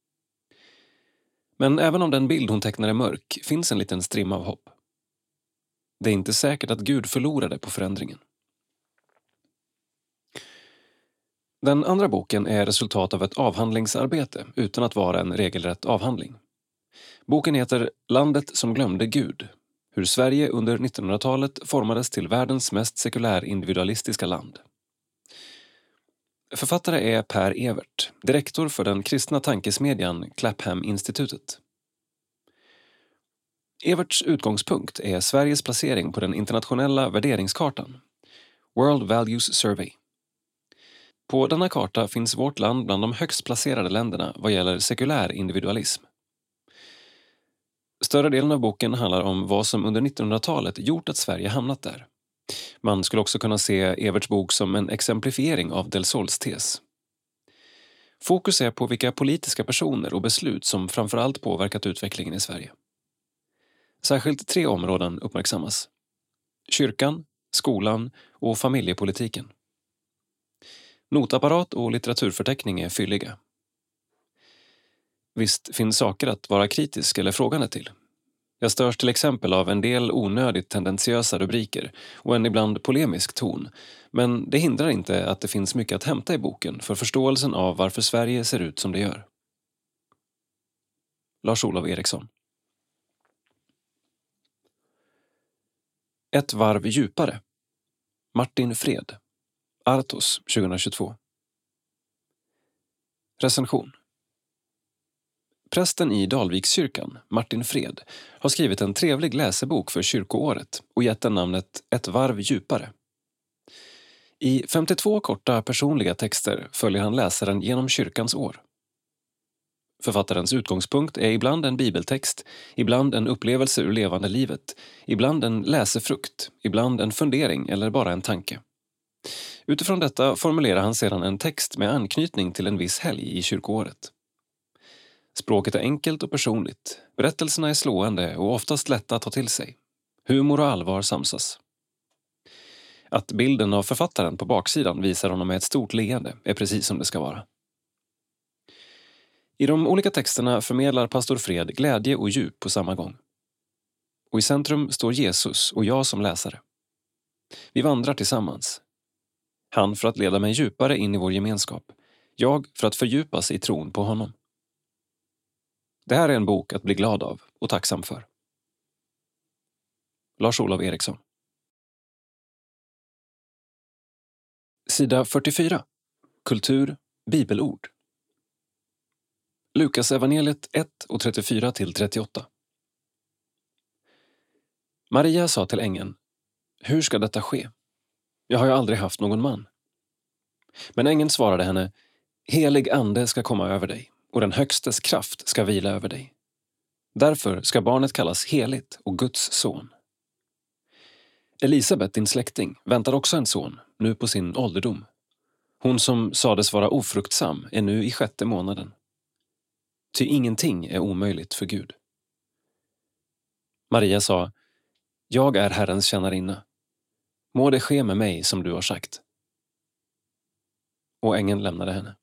Men även om den bild hon tecknar är mörk finns en liten strimma av hopp. Det är inte säkert att Gud förlorade på förändringen. Den andra boken är resultat av ett avhandlingsarbete utan att vara en regelrätt avhandling. Boken heter Landet som glömde Gud. Hur Sverige under nittonhundratalet formades till världens mest sekulär-individualistiska land. Författare är Per Evert, direktor för den kristna tankesmedjan Clapham-institutet. Everts utgångspunkt är Sveriges placering på den internationella värderingskartan, World Values Survey. På denna karta finns vårt land bland de högst placerade länderna vad gäller sekulär individualism. Större delen av boken handlar om vad som under nittonhundratalet gjort att Sverige hamnat där. Man skulle också kunna se Everts bok som en exemplifiering av Del Sols tes. Fokus är på vilka politiska personer och beslut som framförallt påverkat utvecklingen i Sverige. Särskilt tre områden uppmärksammas: kyrkan, skolan och familjepolitiken. Notapparat och litteraturförteckning är fylliga. Visst finns saker att vara kritisk eller frågande till. Jag störs till exempel av en del onödigt tendentiösa rubriker och en ibland polemisk ton, men det hindrar inte att det finns mycket att hämta i boken för förståelsen av varför Sverige ser ut som det gör. Lars-Olof Eriksson. Ett varv djupare. Martin Fred. Artos tjugohundratjugotvå. Recension. Prästen i Dalvikskyrkan, Martin Fred, har skrivit en trevlig läsebok för kyrkoåret och gett den namnet Ett varv djupare. I femtiotvå korta personliga texter följer han läsaren genom kyrkans år. Författarens utgångspunkt är ibland en bibeltext, ibland en upplevelse ur levande livet, ibland en läsefrukt, ibland en fundering eller bara en tanke. Utifrån detta formulerar han sedan en text med anknytning till en viss helg i kyrkoåret. Språket är enkelt och personligt, berättelserna är slående och oftast lätta att ta till sig. Humor och allvar samsas. Att bilden av författaren på baksidan visar honom med ett stort leende är precis som det ska vara. I de olika texterna förmedlar pastor Fred glädje och djup på samma gång. Och i centrum står Jesus och jag som läsare. Vi vandrar tillsammans. Han för att leda mig djupare in i vår gemenskap. Jag för att fördjupas i tron på honom. Det här är en bok att bli glad av och tacksam för. Lars-Olof Eriksson. Sida fyrtiofyra. Kultur, bibelord. Lukas evangeliet ett och trettiofyra till trettioåtta. Maria sa till ängeln: Hur ska detta ske? Jag har ju aldrig haft någon man. Men ängeln svarade henne: Helig ande ska komma över dig, och den högstes kraft ska vila över dig. Därför ska barnet kallas heligt och Guds son. Elisabet, din släkting, väntar också en son, nu på sin ålderdom. Hon som sades vara ofruktsam är nu i sjätte månaden. Ty ingenting är omöjligt för Gud. Maria sa: Jag är Herrens tjänarinna. Må det ske med mig som du har sagt. Och ängeln lämnade henne.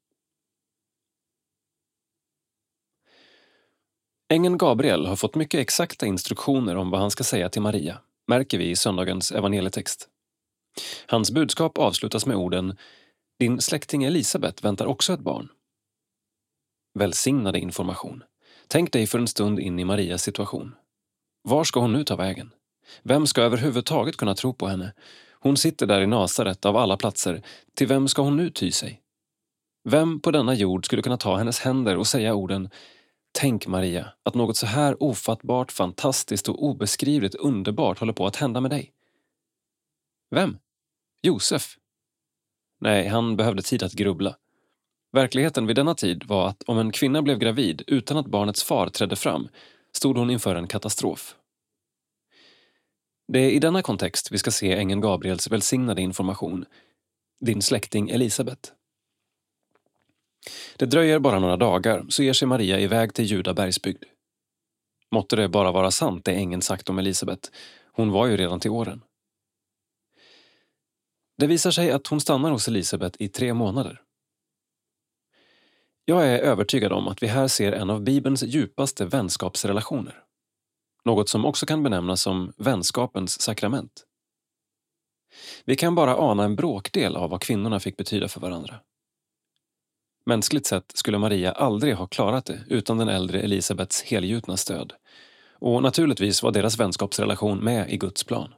Ängeln Gabriel har fått mycket exakta instruktioner om vad han ska säga till Maria, märker vi i söndagens evangelietext. Hans budskap avslutas med orden: Din släkting Elisabet väntar också ett barn. Välsignade information. Tänk dig för en stund in i Marias situation. Var ska hon nu ta vägen? Vem ska överhuvudtaget kunna tro på henne? Hon sitter där i Nasaret av alla platser. Till vem ska hon nu ty sig? Vem på denna jord skulle kunna ta hennes händer och säga orden: Tänk Maria, att något så här ofattbart, fantastiskt och obeskrivligt underbart håller på att hända med dig. Vem? Josef? Nej, han behövde tid att grubbla. Verkligheten vid denna tid var att om en kvinna blev gravid utan att barnets far trädde fram, stod hon inför en katastrof. Det är i denna kontext vi ska se ängeln Gabriels välsignade information: Din släkting Elisabet. Det dröjer bara några dagar så ger sig Maria iväg till Juda bergsbygd. Måtte det bara vara sant det ängeln sagt om Elisabet. Hon var ju redan till åren. Det visar sig att hon stannar hos Elisabet i tre månader. Jag är övertygad om att vi här ser en av Bibelns djupaste vänskapsrelationer. Något som också kan benämnas som vänskapens sakrament. Vi kan bara ana en bråkdel av vad kvinnorna fick betyda för varandra. Mänskligt sett skulle Maria aldrig ha klarat det utan den äldre Elisabets helgjutna stöd. Och naturligtvis var deras vänskapsrelation med i Guds plan.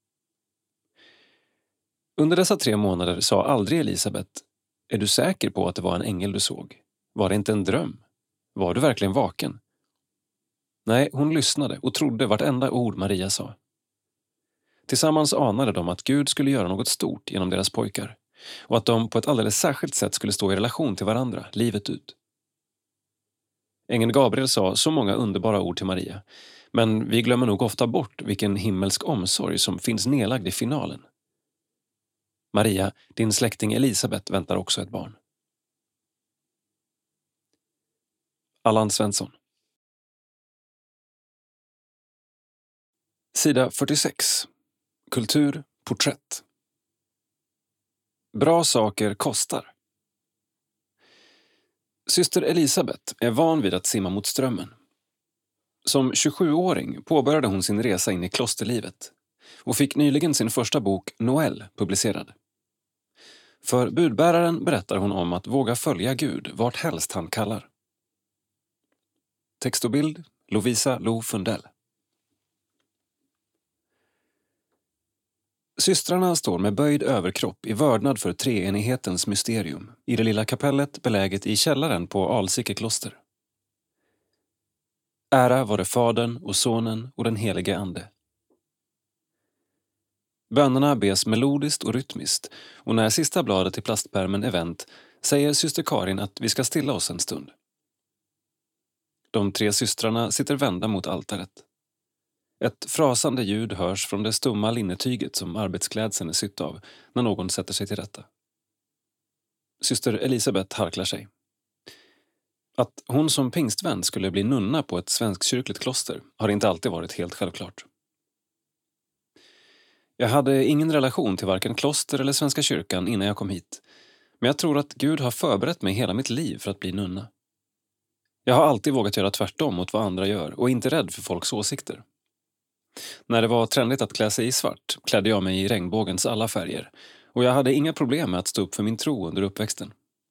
Under dessa tre månader sa aldrig Elisabet: Är du säker på att det var en ängel du såg? Var det inte en dröm? Var du verkligen vaken? Nej, hon lyssnade och trodde vartenda ord Maria sa. Tillsammans anade de att Gud skulle göra något stort genom deras pojkar och att de på ett alldeles särskilt sätt skulle stå i relation till varandra, livet ut. Ängeln Gabriel sa så många underbara ord till Maria, men vi glömmer nog ofta bort vilken himmelsk omsorg som finns nedlagd i finalen. Maria, din släkting Elisabet väntar också ett barn. Allan Svensson. Sida fyrtiosex. Kultur, porträtt. Bra saker kostar. Syster Elisabet är van vid att simma mot strömmen. Som tjugosjuåring påbörjade hon sin resa in i klosterlivet och fick nyligen sin första bok Noel publicerad. För budbäraren berättar hon om att våga följa Gud vart helst han kallar. Text och bild Lovisa Lo Fundell. Systrarna står med böjd överkropp i vördnad för treenighetens mysterium i det lilla kapellet beläget i källaren på Alsike kloster. Ära vare Fadern och Sonen och den helige Ande. Bönerna bes melodiskt och rytmiskt och när sista bladet i plastpärmen är vänt säger syster Karin att vi ska stilla oss en stund. De tre systrarna sitter vända mot altaret. Ett frasande ljud hörs från det stumma linnetyget som arbetsklädseln är sytt av när någon sätter sig till rätta. Syster Elisabet harklar sig. Att hon som pingstvän skulle bli nunna på ett svenskkyrkligt kloster har inte alltid varit helt självklart. Jag hade ingen relation till varken kloster eller Svenska kyrkan innan jag kom hit, men jag tror att Gud har förberett mig hela mitt liv för att bli nunna. Jag har alltid vågat göra tvärtom mot vad andra gör och är inte rädd för folks åsikter. När det var trendigt att klä sig i svart klädde jag mig i regnbågens alla färger och jag hade inga problem med att stå upp för min tro under uppväxten.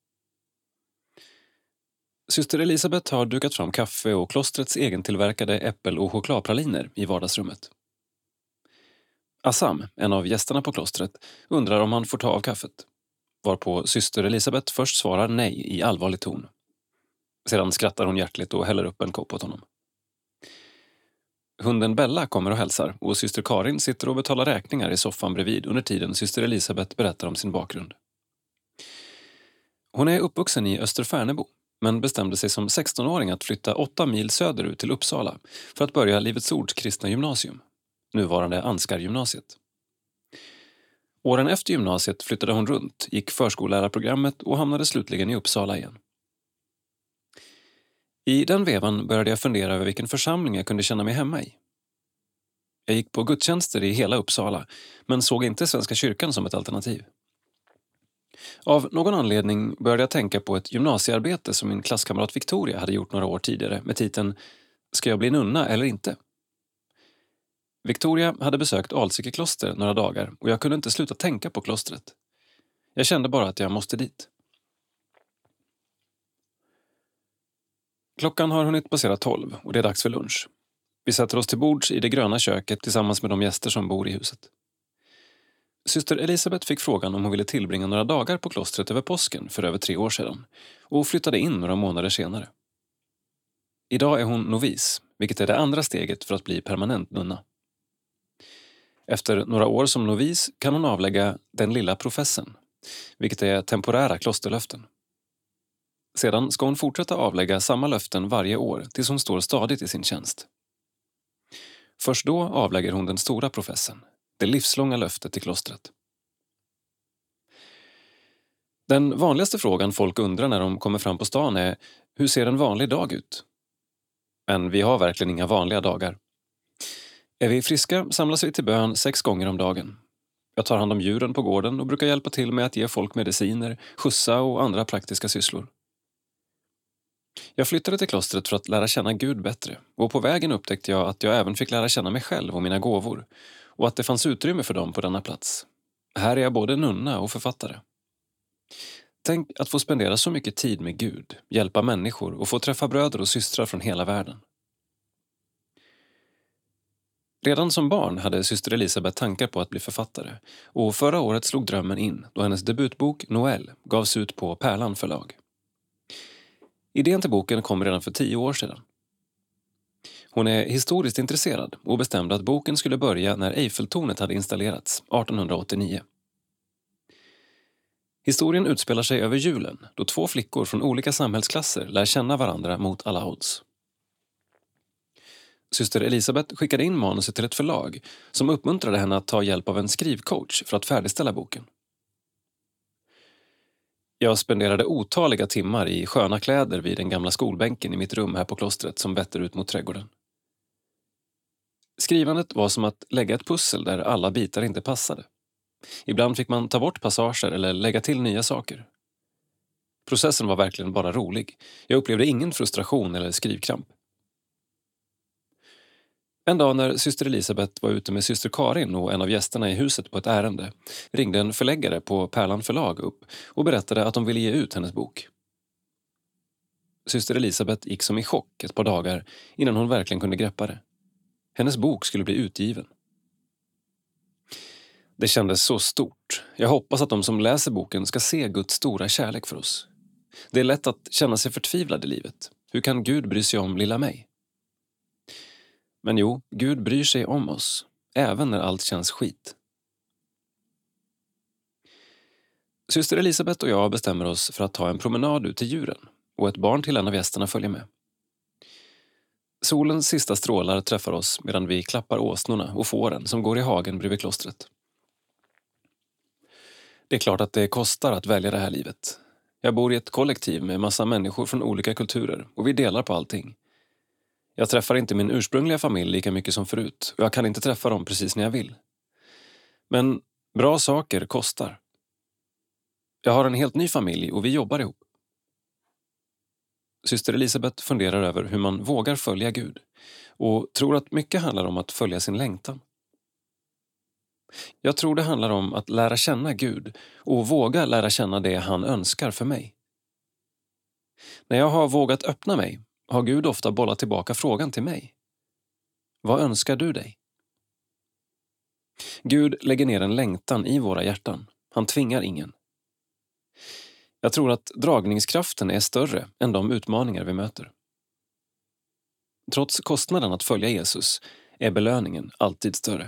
Syster Elisabet har dukat fram kaffe och klostrets egentillverkade äppel- och chokladpraliner i vardagsrummet. Assam, en av gästerna på klostret, undrar om han får ta av kaffet, varpå syster Elisabet först svarar nej i allvarlig ton. Sedan skrattar hon hjärtligt och häller upp en kopp åt honom. Hunden Bella kommer och hälsar och syster Karin sitter och betalar räkningar i soffan bredvid under tiden syster Elisabet berättar om sin bakgrund. Hon är uppvuxen i Österfärnebo, men bestämde sig som sextonåring att flytta åtta mil söderut till Uppsala för att börja Livets Ords kristna gymnasium, nuvarande Ansgargymnasiet. Åren efter gymnasiet flyttade hon runt, gick förskollärarprogrammet och hamnade slutligen i Uppsala igen. I den vevan började jag fundera över vilken församling jag kunde känna mig hemma i. Jag gick på gudstjänster i hela Uppsala, men såg inte Svenska kyrkan som ett alternativ. Av någon anledning började jag tänka på ett gymnasiearbete som min klasskamrat Victoria hade gjort några år tidigare med titeln Ska jag bli nunna eller inte? Victoria hade besökt Alsike kloster några dagar och jag kunde inte sluta tänka på klostret. Jag kände bara att jag måste dit. Klockan har hunnit passera tolv och det är dags för lunch. Vi sätter oss till bords i det gröna köket tillsammans med de gäster som bor i huset. Syster Elisabet fick frågan om hon ville tillbringa några dagar på klostret över påsken för över tre år sedan och flyttade in några månader senare. Idag är hon novis, vilket är det andra steget för att bli permanent nunna. Efter några år som novis kan hon avlägga den lilla professen, vilket är temporära klosterlöften. Sedan ska hon fortsätta avlägga samma löften varje år tills hon står stadigt i sin tjänst. Först då avlägger hon den stora professen, det livslånga löftet till klostret. Den vanligaste frågan folk undrar när de kommer fram på stan är: hur ser en vanlig dag ut? Men vi har verkligen inga vanliga dagar. Är vi friska samlas vi till bön sex gånger om dagen. Jag tar hand om djuren på gården och brukar hjälpa till med att ge folk mediciner, skjutsa och andra praktiska sysslor. Jag flyttade till klostret för att lära känna Gud bättre och på vägen upptäckte jag att jag även fick lära känna mig själv och mina gåvor och att det fanns utrymme för dem på denna plats. Här är jag både nunna och författare. Tänk att få spendera så mycket tid med Gud, hjälpa människor och få träffa bröder och systrar från hela världen. Redan som barn hade syster Elisabet tankar på att bli författare och förra året slog drömmen in då hennes debutbok Noel gavs ut på Pärlan förlag. Idén till boken kom redan för tio år sedan. Hon är historiskt intresserad och bestämde att boken skulle börja när Eiffeltornet hade installerats arton åttionio. Historien utspelar sig över julen då två flickor från olika samhällsklasser lär känna varandra mot alla odds. Syster Elisabeth skickade in manuset till ett förlag som uppmuntrade henne att ta hjälp av en skrivcoach för att färdigställa boken. Jag spenderade otaliga timmar i sköna kläder vid den gamla skolbänken i mitt rum här på klostret som vetter ut mot trädgården. Skrivandet var som att lägga ett pussel där alla bitar inte passade. Ibland fick man ta bort passager eller lägga till nya saker. Processen var verkligen bara rolig. Jag upplevde ingen frustration eller skrivkramp. En dag när syster Elisabeth var ute med syster Karin och en av gästerna i huset på ett ärende ringde en förläggare på Pärlan förlag upp och berättade att de ville ge ut hennes bok. Syster Elisabeth gick som i chock ett par dagar innan hon verkligen kunde greppa det. Hennes bok skulle bli utgiven. Det kändes så stort. Jag hoppas att de som läser boken ska se Guds stora kärlek för oss. Det är lätt att känna sig förtvivlad i livet. Hur kan Gud bry sig om lilla mig? Men jo, Gud bryr sig om oss, även när allt känns skit. Syster Elisabeth och jag bestämmer oss för att ta en promenad ut till djuren och ett barn till en av gästerna följer med. Solens sista strålar träffar oss medan vi klappar åsnorna och fåren som går i hagen bredvid klostret. Det är klart att det kostar att välja det här livet. Jag bor i ett kollektiv med massa människor från olika kulturer och vi delar på allting. Jag träffar inte min ursprungliga familj lika mycket som förut och jag kan inte träffa dem precis när jag vill. Men bra saker kostar. Jag har en helt ny familj och vi jobbar ihop. Syster Elisabeth funderar över hur man vågar följa Gud och tror att mycket handlar om att följa sin längtan. Jag tror det handlar om att lära känna Gud och våga lära känna det han önskar för mig. När jag har vågat öppna mig har Gud ofta bollat tillbaka frågan till mig. Vad önskar du dig? Gud lägger ner en längtan i våra hjärtan. Han tvingar ingen. Jag tror att dragningskraften är större än de utmaningar vi möter. Trots kostnaden att följa Jesus är belöningen alltid större.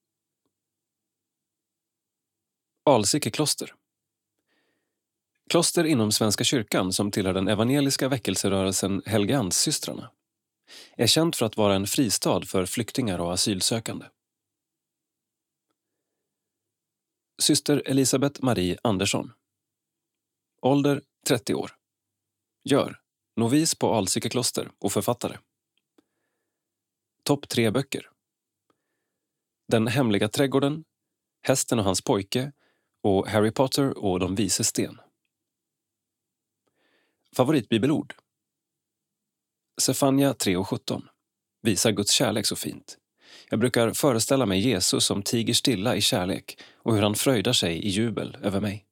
Alsike kloster. Kloster inom Svenska kyrkan som tillhör den evangeliska väckelserörelsen Helgeandssystrarna är känt för att vara en fristad för flyktingar och asylsökande. Syster Elisabeth Marie Andersson. Ålder trettio år. Gör. Novis på Alsike kloster och författare. Topp tre böcker. Den hemliga trädgården, Hästen och hans pojke och Harry Potter och de vise sten. Favoritbibelord. Sefania tre och sjutton. Visar Guds kärlek så fint. Jag brukar föreställa mig Jesus som tiger stilla i kärlek och hur han fröjdar sig i jubel över mig.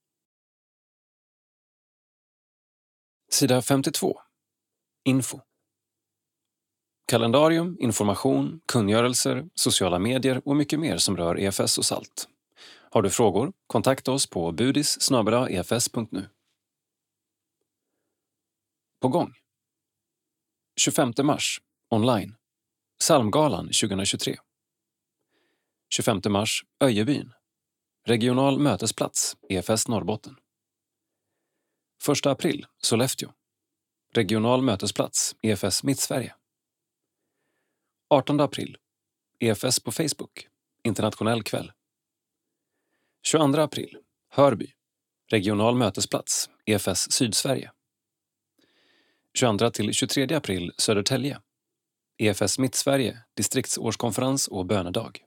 Sida femtiotvå. Info. Kalendarium, information, kungörelser, sociala medier och mycket mer som rör E F S och SALT. Har du frågor? Kontakta oss på budis snabel-a e f s punkt nu. På gång. tjugofemte mars, online. Psalmgalan tjugohundratjugotre. tjugofemte mars, Öjebyn. Regional mötesplats, E F S Norrbotten. första april, Sollefteå. Regional mötesplats, E F S Mittsverige. artonde april, E F S på Facebook, internationell kväll. tjugoandra april, Hörby. Regional mötesplats, E F S Sydsverige. tjugoandra till tjugotredje april, Södertälje. E F S Mittsverige, distriktsårskonferens och bönedag.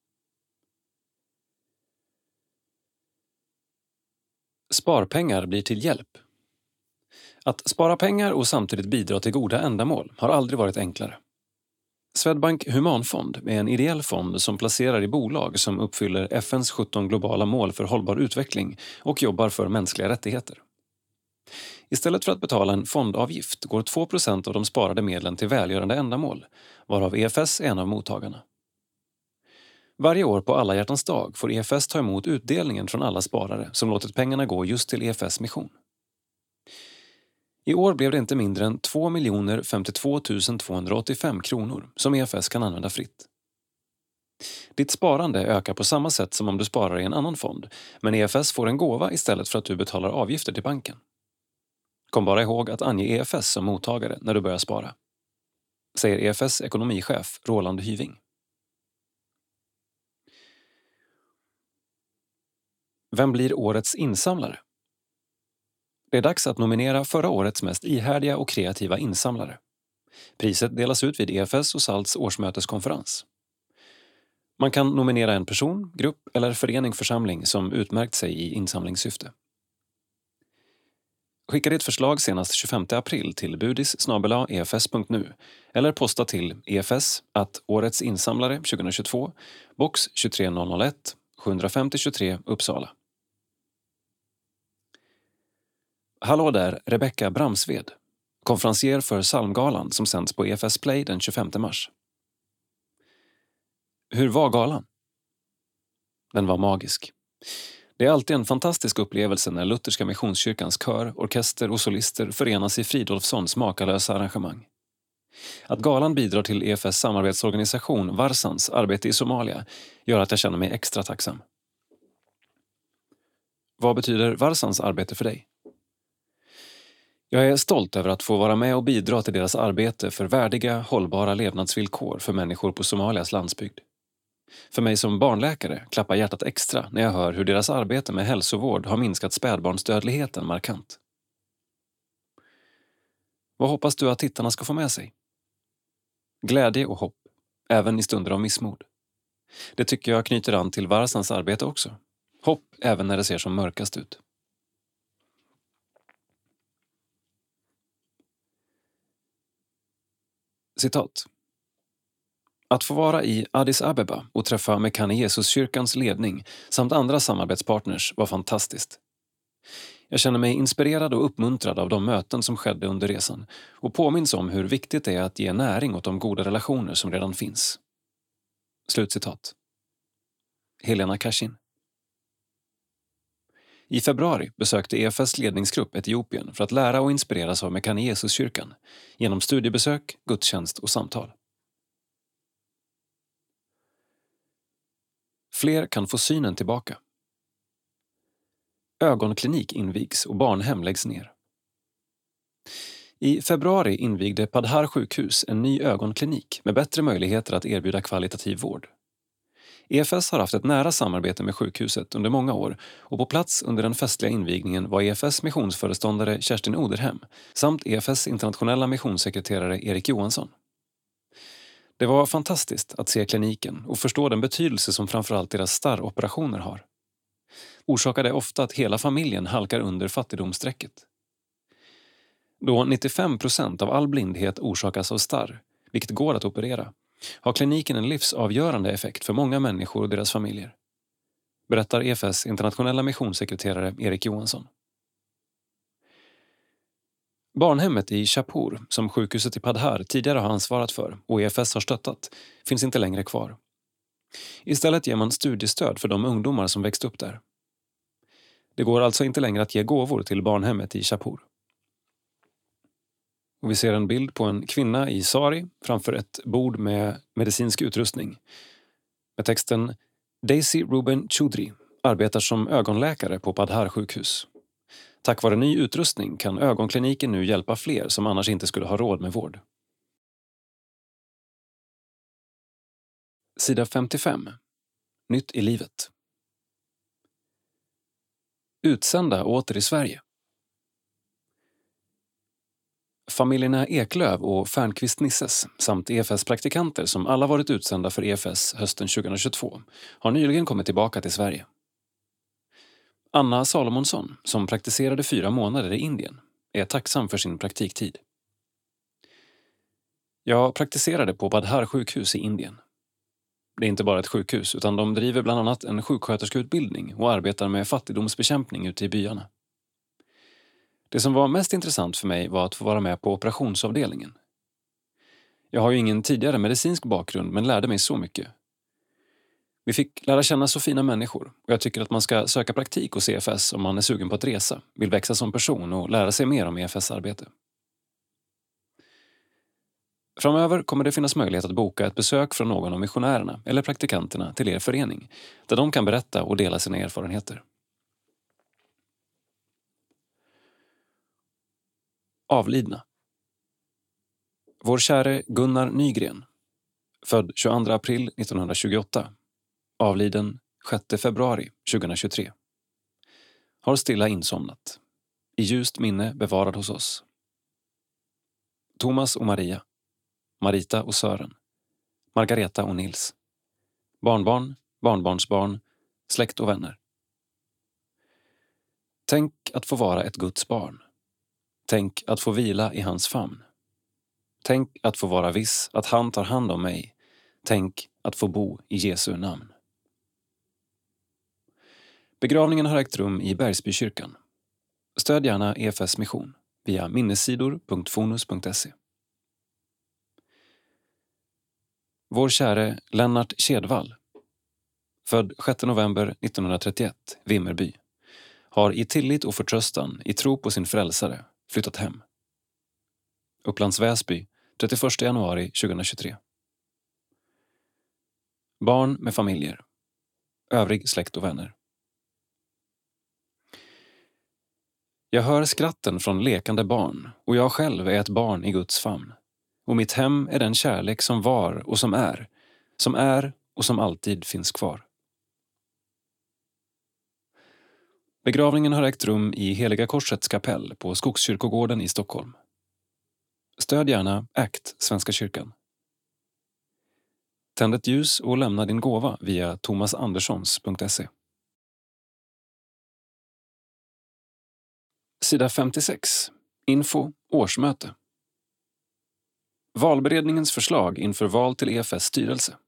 Sparpengar blir till hjälp. Att spara pengar och samtidigt bidra till goda ändamål har aldrig varit enklare. Swedbank Humanfond är en ideell fond som placerar i bolag som uppfyller F N:s sjutton globala mål för hållbar utveckling och jobbar för mänskliga rättigheter. Istället för att betala en fondavgift går två procent av de sparade medlen till välgörande ändamål, varav E F S är en av mottagarna. Varje år på alla hjärtans dag får E F S ta emot utdelningen från alla sparare som låtit pengarna gå just till E F S mission. I år blev det inte mindre än två miljoner femtiotvå tusen tvåhundraåttiofem kronor som E F S kan använda fritt. Ditt sparande ökar på samma sätt som om du sparar i en annan fond, men E F S får en gåva istället för att du betalar avgifter till banken. Kom bara ihåg att ange E F S som mottagare när du börjar spara, säger E F S ekonomichef Roland Hyving. Vem blir årets insamlare? Det är dags att nominera förra årets mest ihärdiga och kreativa insamlare. Priset delas ut vid E F S och S A L Ts årsmöteskonferens. Man kan nominera en person, grupp eller förening/församling som utmärkt sig i insamlingssyfte. Skicka ditt förslag senast tjugofemte april till budis snabel-a e f s punkt nu eller posta till efs at årets insamlare tjugohundratjugotvå, box tjugotre noll noll ett, sjuhundrafemtio tjugotre Uppsala. Hallå där, Rebecka Bramsved, konferencier för Psalmgalan som sänds på E F S Play den tjugofemte mars. Hur var galan? Den var magisk. Det är alltid en fantastisk upplevelse när Lutherska Missionskyrkans kör, orkester och solister förenas i Fridolfssons makalösa arrangemang. Att galan bidrar till E F S samarbetsorganisation Varsans arbete i Somalia gör att jag känner mig extra tacksam. Vad betyder Varsans arbete för dig? Jag är stolt över att få vara med och bidra till deras arbete för värdiga, hållbara levnadsvillkor för människor på Somalias landsbygd. För mig som barnläkare klappar hjärtat extra när jag hör hur deras arbete med hälsovård har minskat spädbarnsdödligheten markant. Vad hoppas du att tittarna ska få med sig? Glädje och hopp, även i stunder av missmod. Det tycker jag knyter an till Varsans arbete också. Hopp även när det ser som mörkast ut. Citat. Att få vara i Addis Abeba och träffa Mekane Jesus-kyrkans ledning samt andra samarbetspartners var fantastiskt. Jag känner mig inspirerad och uppmuntrad av de möten som skedde under resan och påminns om hur viktigt det är att ge näring åt de goda relationer som redan finns. Slutcitat. Helena Kashin. I februari besökte E F S ledningsgrupp Etiopien för att lära och inspireras av Mekane Jesus-kyrkan genom studiebesök, gudstjänst och samtal. Fler kan få synen tillbaka. Ögonklinik invigs och barnhem läggs ner. I februari invigde Padhar sjukhus en ny ögonklinik med bättre möjligheter att erbjuda kvalitativ vård. E F S har haft ett nära samarbete med sjukhuset under många år och på plats under den festliga invigningen var E F S missionsföreståndare Kerstin Oderhem samt E F S internationella missionssekreterare Erik Johansson. Det var fantastiskt att se kliniken och förstå den betydelse som framförallt deras starroperationer har. Orsakar det ofta att hela familjen halkar under fattigdomsstrecket. Då nittiofem procent av all blindhet orsakas av starr, vilket går att operera, har kliniken en livsavgörande effekt för många människor och deras familjer. Berättar E F S internationella missionssekreterare Erik Johansson. Barnhemmet i Shapur, som sjukhuset i Padhar tidigare har ansvarat för och E F S har stöttat, finns inte längre kvar. Istället ger man studiestöd för de ungdomar som växt upp där. Det går alltså inte längre att ge gåvor till barnhemmet i Shapur. Och vi ser en bild på en kvinna i sari framför ett bord med medicinsk utrustning. Med texten Daisy Ruben Choudhury arbetar som ögonläkare på Padhar sjukhus. Tack vare ny utrustning kan ögonkliniken nu hjälpa fler som annars inte skulle ha råd med vård. Sida femtiofem. Nytt i livet. Utsända åter i Sverige. Familjerna Eklöv och Färnqvist Nisses samt E F S-praktikanter som alla varit utsända för E F S hösten tjugohundratjugotvå har nyligen kommit tillbaka till Sverige. Anna Salomonsson, som praktiserade fyra månader i Indien, är tacksam för sin praktiktid. Jag praktiserade på Padhar sjukhus i Indien. Det är inte bara ett sjukhus utan de driver bland annat en sjuksköterskeutbildning och arbetar med fattigdomsbekämpning ute i byarna. Det som var mest intressant för mig var att få vara med på operationsavdelningen. Jag har ju ingen tidigare medicinsk bakgrund men lärde mig så mycket. Vi fick lära känna så fina människor och jag tycker att man ska söka praktik hos E F S om man är sugen på att resa, vill växa som person och lära sig mer om E F S-arbete. Framöver kommer det finnas möjlighet att boka ett besök från någon av missionärerna eller praktikanterna till er förening, där de kan berätta och dela sina erfarenheter. Avlidna. Vår käre Gunnar Nygren, född tjugoandra april nittonhundratjugoåtta, avliden sjätte februari tjugohundratjugotre, har stilla insomnat, i ljust minne bevarad hos oss. Thomas och Maria, Marita och Sören, Margareta och Nils, barnbarn, barnbarnsbarn, släkt och vänner. Tänk att få vara ett Guds barn. Tänk att få vila i hans famn. Tänk att få vara viss att han tar hand om mig. Tänk att få bo i Jesu namn. Begravningen har ägt rum i Bergsbykyrkan. Stöd gärna E F S mission via minnessidor punkt fonus punkt se. Vår käre Lennart Kedvall, född sjätte november nittonhundratrettioett, Vimmerby, har i tillit och förtröstan i tro på sin frälsare flyttat hem. Upplands Väsby, trettioförsta januari tjugohundratjugotre. Barn med familjer. Övrig släkt och vänner. Jag hör skratten från lekande barn och jag själv är ett barn i Guds famn. Och mitt hem är den kärlek som var och som är, som är och som alltid finns kvar. Begravningen har ägt rum i Heliga Korsets kapell på Skogskyrkogården i Stockholm. Stöd gärna A C T Svenska kyrkan. Tänd ett ljus och lämna din gåva via thomasanderssons punkt se. Sida femtiosex. Info årsmöte. Valberedningens förslag inför val till E F S styrelse.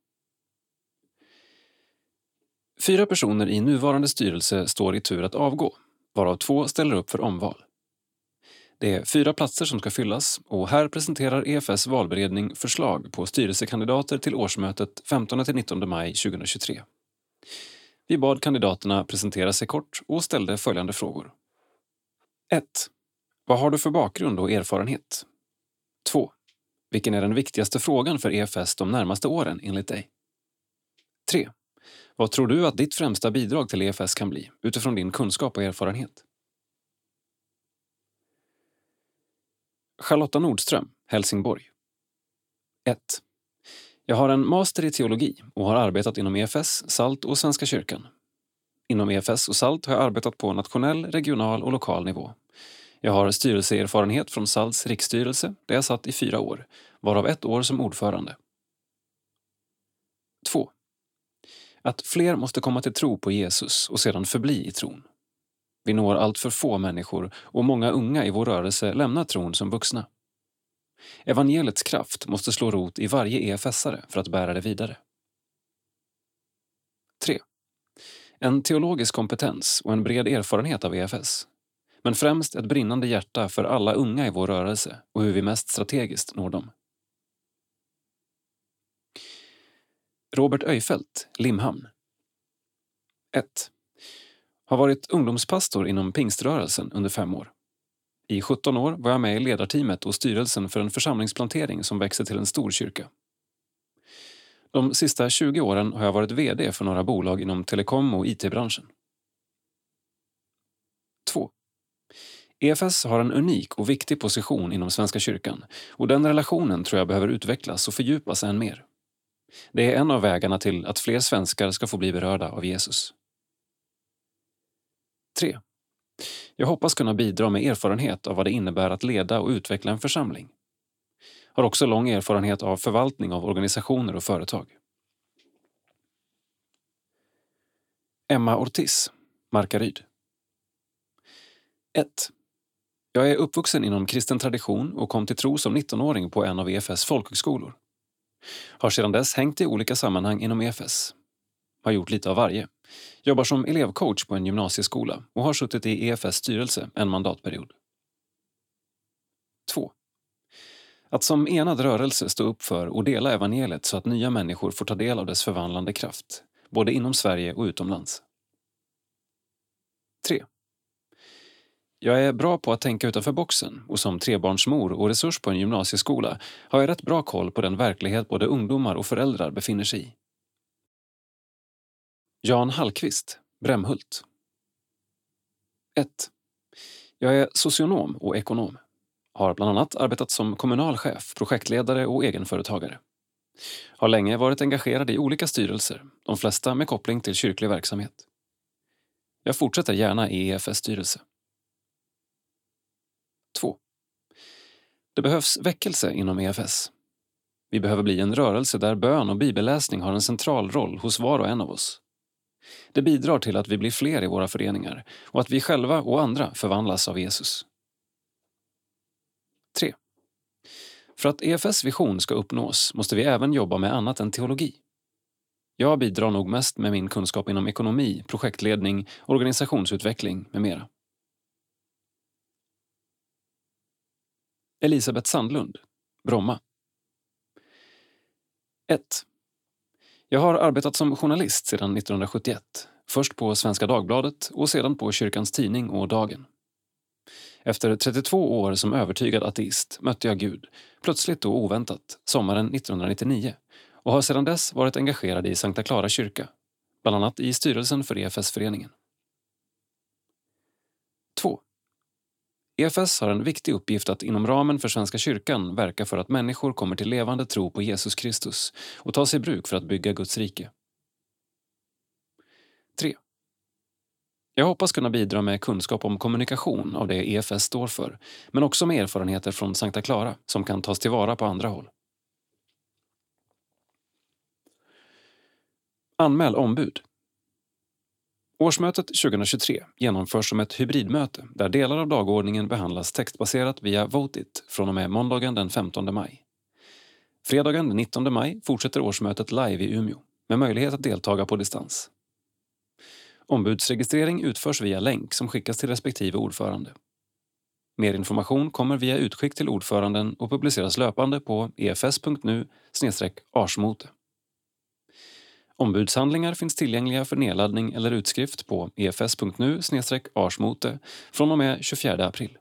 Fyra personer i nuvarande styrelse står i tur att avgå, varav två ställer upp för omval. Det är fyra platser som ska fyllas och här presenterar E F S valberedning förslag på styrelsekandidater till årsmötet femtonde till nittonde maj tjugohundratjugotre. Vi bad kandidaterna presentera sig kort och ställde följande frågor. ett. Vad har du för bakgrund och erfarenhet? två. Vilken är den viktigaste frågan för E F S de närmaste åren enligt dig? tre. Vad tror du att ditt främsta bidrag till E F S kan bli utifrån din kunskap och erfarenhet? Charlotta Nordström, Helsingborg. ett. Jag har en master i teologi och har arbetat inom E F S, SALT och Svenska kyrkan. Inom E F S och SALT har jag arbetat på nationell, regional och lokal nivå. Jag har styrelseerfarenhet från SALTs riksstyrelse där jag satt i fyra år, varav ett år som ordförande. två. Att fler måste komma till tro på Jesus och sedan förbli i tron. Vi når allt för få människor och många unga i vår rörelse lämnar tron som vuxna. Evangeliets kraft måste slå rot i varje E F S-are för att bära det vidare. tre. En teologisk kompetens och en bred erfarenhet av E F S. Men främst ett brinnande hjärta för alla unga i vår rörelse och hur vi mest strategiskt når dem. Robert Öjfält, Limhamn. ett. Har varit ungdomspastor inom pingströrelsen under fem år. I sjutton år var jag med i ledarteamet och styrelsen för en församlingsplantering som växte till en stor kyrka. De sista tjugo åren har jag varit vd för några bolag inom telekom- och I T-branschen. två. E F S har en unik och viktig position inom Svenska kyrkan och den relationen tror jag behöver utvecklas och fördjupas än mer. Det är en av vägarna till att fler svenskar ska få bli berörda av Jesus. tre. Jag hoppas kunna bidra med erfarenhet av vad det innebär att leda och utveckla en församling. Har också lång erfarenhet av förvaltning av organisationer och företag. Emma Ortiz, Markaryd. ett. Jag är uppvuxen inom kristen tradition och kom till tro som nittonåring på en av E F S folkhögskolor. Har sedan dess hängt i olika sammanhang inom E F S. Har gjort lite av varje. Jobbar som elevcoach på en gymnasieskola och har suttit i E F S styrelse en mandatperiod. två. Att som enad rörelse stå upp för och dela evangeliet så att nya människor får ta del av dess förvandlande kraft. både inom Sverige och utomlands. tre. Jag är bra på att tänka utanför boxen och som trebarnsmor och resurs på en gymnasieskola har jag rätt bra koll på den verklighet både ungdomar och föräldrar befinner sig i. Jan Hallqvist, Brämhult. ett. Jag är socionom och ekonom. Har bland annat arbetat som kommunalchef, projektledare och egenföretagare. Har länge varit engagerad i olika styrelser, de flesta med koppling till kyrklig verksamhet. Jag fortsätter gärna i E F S-styrelse. två. Det behövs väckelse inom E F S. Vi behöver bli en rörelse där bön och bibelläsning har en central roll hos var och en av oss. Det bidrar till att vi blir fler i våra föreningar och att vi själva och andra förvandlas av Jesus. tre. För att E F S vision ska uppnås måste vi även jobba med annat än teologi. Jag bidrar nog mest med min kunskap inom ekonomi, projektledning, organisationsutveckling med mera. Elisabeth Sandlund, Bromma. ett. Jag har arbetat som journalist sedan nittonhundrasjuttioett, först på Svenska Dagbladet och sedan på Kyrkans Tidning och Dagen. Efter trettiotvå år som övertygad ateist mötte jag Gud, plötsligt och oväntat, sommaren nittonhundranittionio och har sedan dess varit engagerad i Sankta Clara kyrka, bland annat i styrelsen för E F S-föreningen. två. E F S har en viktig uppgift att inom ramen för Svenska kyrkan verka för att människor kommer till levande tro på Jesus Kristus och tar sig bruk för att bygga Guds rike. tre. Jag hoppas kunna bidra med kunskap om kommunikation av det E F S står för, men också med erfarenheter från Sankta Clara som kan tas tillvara på andra håll. Anmäl ombud. Årsmötet tjugohundratjugotre genomförs som ett hybridmöte där delar av dagordningen behandlas textbaserat via Votit från och med måndagen den femtonde maj. Fredagen den nittonde maj fortsätter årsmötet live i Umeå med möjlighet att deltaga på distans. Ombudsregistrering utförs via länk som skickas till respektive ordförande. Mer information kommer via utskick till ordföranden och publiceras löpande på efs punkt nu snedstreck arsmote. Ombudshandlingar finns tillgängliga för nedladdning eller utskrift på efs punkt nu snedstreck arsmote från och med tjugofjärde april.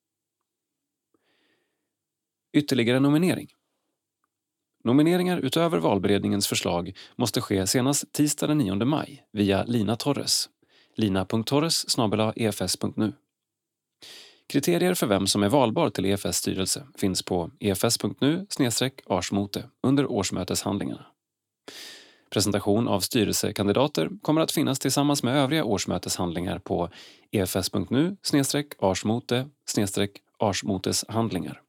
Ytterligare nominering. Nomineringar utöver valberedningens förslag måste ske senast tisdag den nionde maj via Lina Torres, lina punkt torres snabel-a efs punkt nu. Kriterier för vem som är valbar till E F S styrelse finns på efs punkt nu snedstreck arsmote under årsmöteshandlingarna. Presentation av styrelsekandidater kommer att finnas tillsammans med övriga årsmöteshandlingar på efs punkt nu snedstreck arsmote snedstreck arsmoteshandlingar.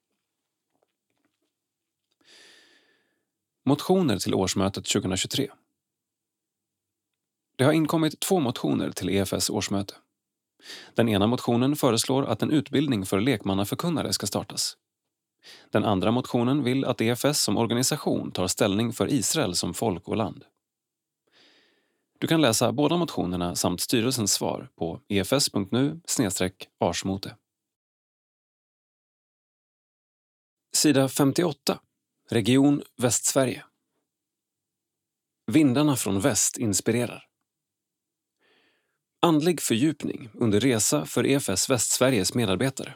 Motioner till årsmötet tjugohundratjugotre. Det har inkommit två motioner till E F S årsmöte. Den ena motionen föreslår att en utbildning för lekmannaförkunnare ska startas. Den andra motionen vill att E F S som organisation tar ställning för Israel som folk och land. Du kan läsa båda motionerna samt styrelsens svar på efs punkt nu snedstreck arsmote. Sida femtioåtta. Region Västsverige. Vindarna från väst inspirerar. Andlig fördjupning under resa för E F S Västsveriges medarbetare.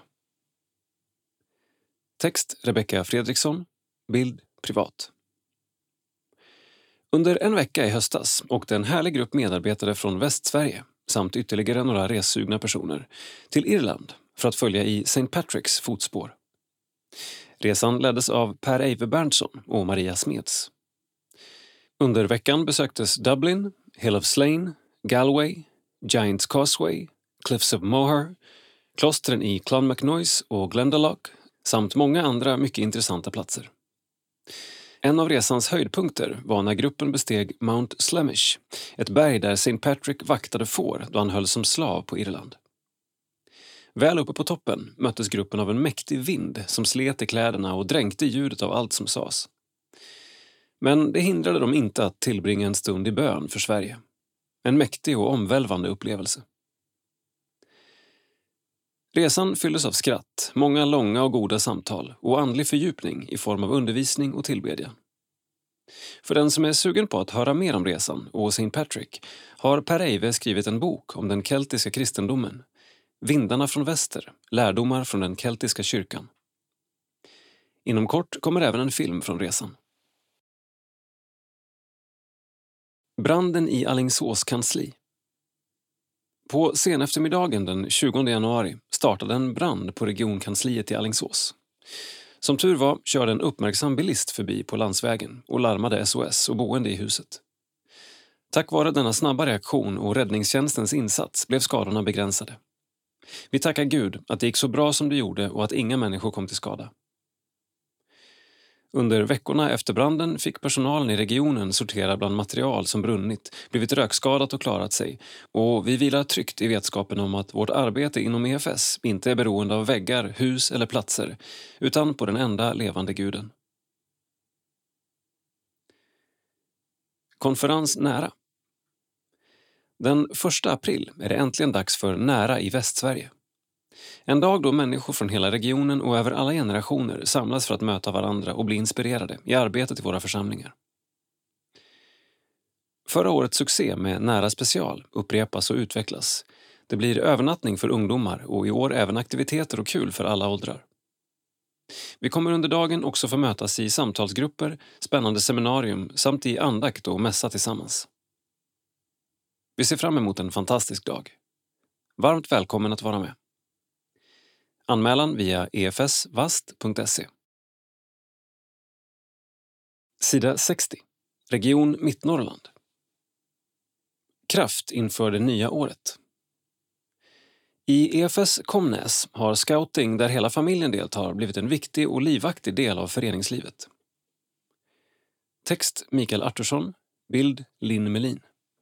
Text Rebecka Fredriksson. Bild privat. Under en vecka i höstas åkte en härlig grupp medarbetare från Västsverige samt ytterligare några ressugna personer till Irland för att följa i Saint Patricks fotspår. Resan leddes av Per Eive Berntsson och Maria Smeds. Under veckan besöktes Dublin, Hill of Slane, Galway, Giants Causeway, Cliffs of Moher, klostren i Clonmacnoise och Glendalough samt många andra mycket intressanta platser. En av resans höjdpunkter var när gruppen besteg Mount Slemish, ett berg där Saint Patrick vaktade får då han höll som slav på Irland. Väl uppe på toppen möttes gruppen av en mäktig vind som slet i kläderna och dränkte ljudet av allt som sades. Men det hindrade dem inte att tillbringa en stund i bön för Sverige. En mäktig och omvälvande upplevelse. Resan fylldes av skratt, många långa och goda samtal och andlig fördjupning i form av undervisning och tillbedjan. För den som är sugen på att höra mer om resan och Saint Patrick har Per Eive skrivit en bok om den keltiska kristendomen. Vindarna från väster, lärdomar från den keltiska kyrkan. Inom kort kommer även en film från resan. Branden i Alingsås kansli. På seneftermiddagen den tjugonde januari startade en brand på regionkansliet i Alingsås. Som tur var körde en uppmärksam bilist förbi på landsvägen och larmade S O S och boende i huset. Tack vare denna snabba reaktion och räddningstjänstens insats blev skadorna begränsade. Vi tackar Gud att det gick så bra som det gjorde och att inga människor kom till skada. Under veckorna efter branden fick personalen i regionen sortera bland material som brunnit, blivit rökskadat och klarat sig, och vi vilar tryggt i vetskapen om att vårt arbete inom E F S inte är beroende av väggar, hus eller platser, utan på den enda levande guden. Konferens nära. Den första april är det äntligen dags för Nära i Västsverige. En dag då människor från hela regionen och över alla generationer samlas för att möta varandra och bli inspirerade i arbetet i våra församlingar. Förra årets succé med Nära special upprepas och utvecklas. Det blir övernattning för ungdomar och i år även aktiviteter och kul för alla åldrar. Vi kommer under dagen också få mötas i samtalsgrupper, spännande seminarium samt i andakt och mässa tillsammans. Vi ser fram emot en fantastisk dag. Varmt välkommen att vara med. Anmälan via e f s vast punkt se. Sida sextio. Region Mittnorrland. Kraft inför det nya året. I E F S Komnäs har scouting där hela familjen deltar blivit en viktig och livaktig del av föreningslivet. Text Mikael Artursson, bild Linn Melin.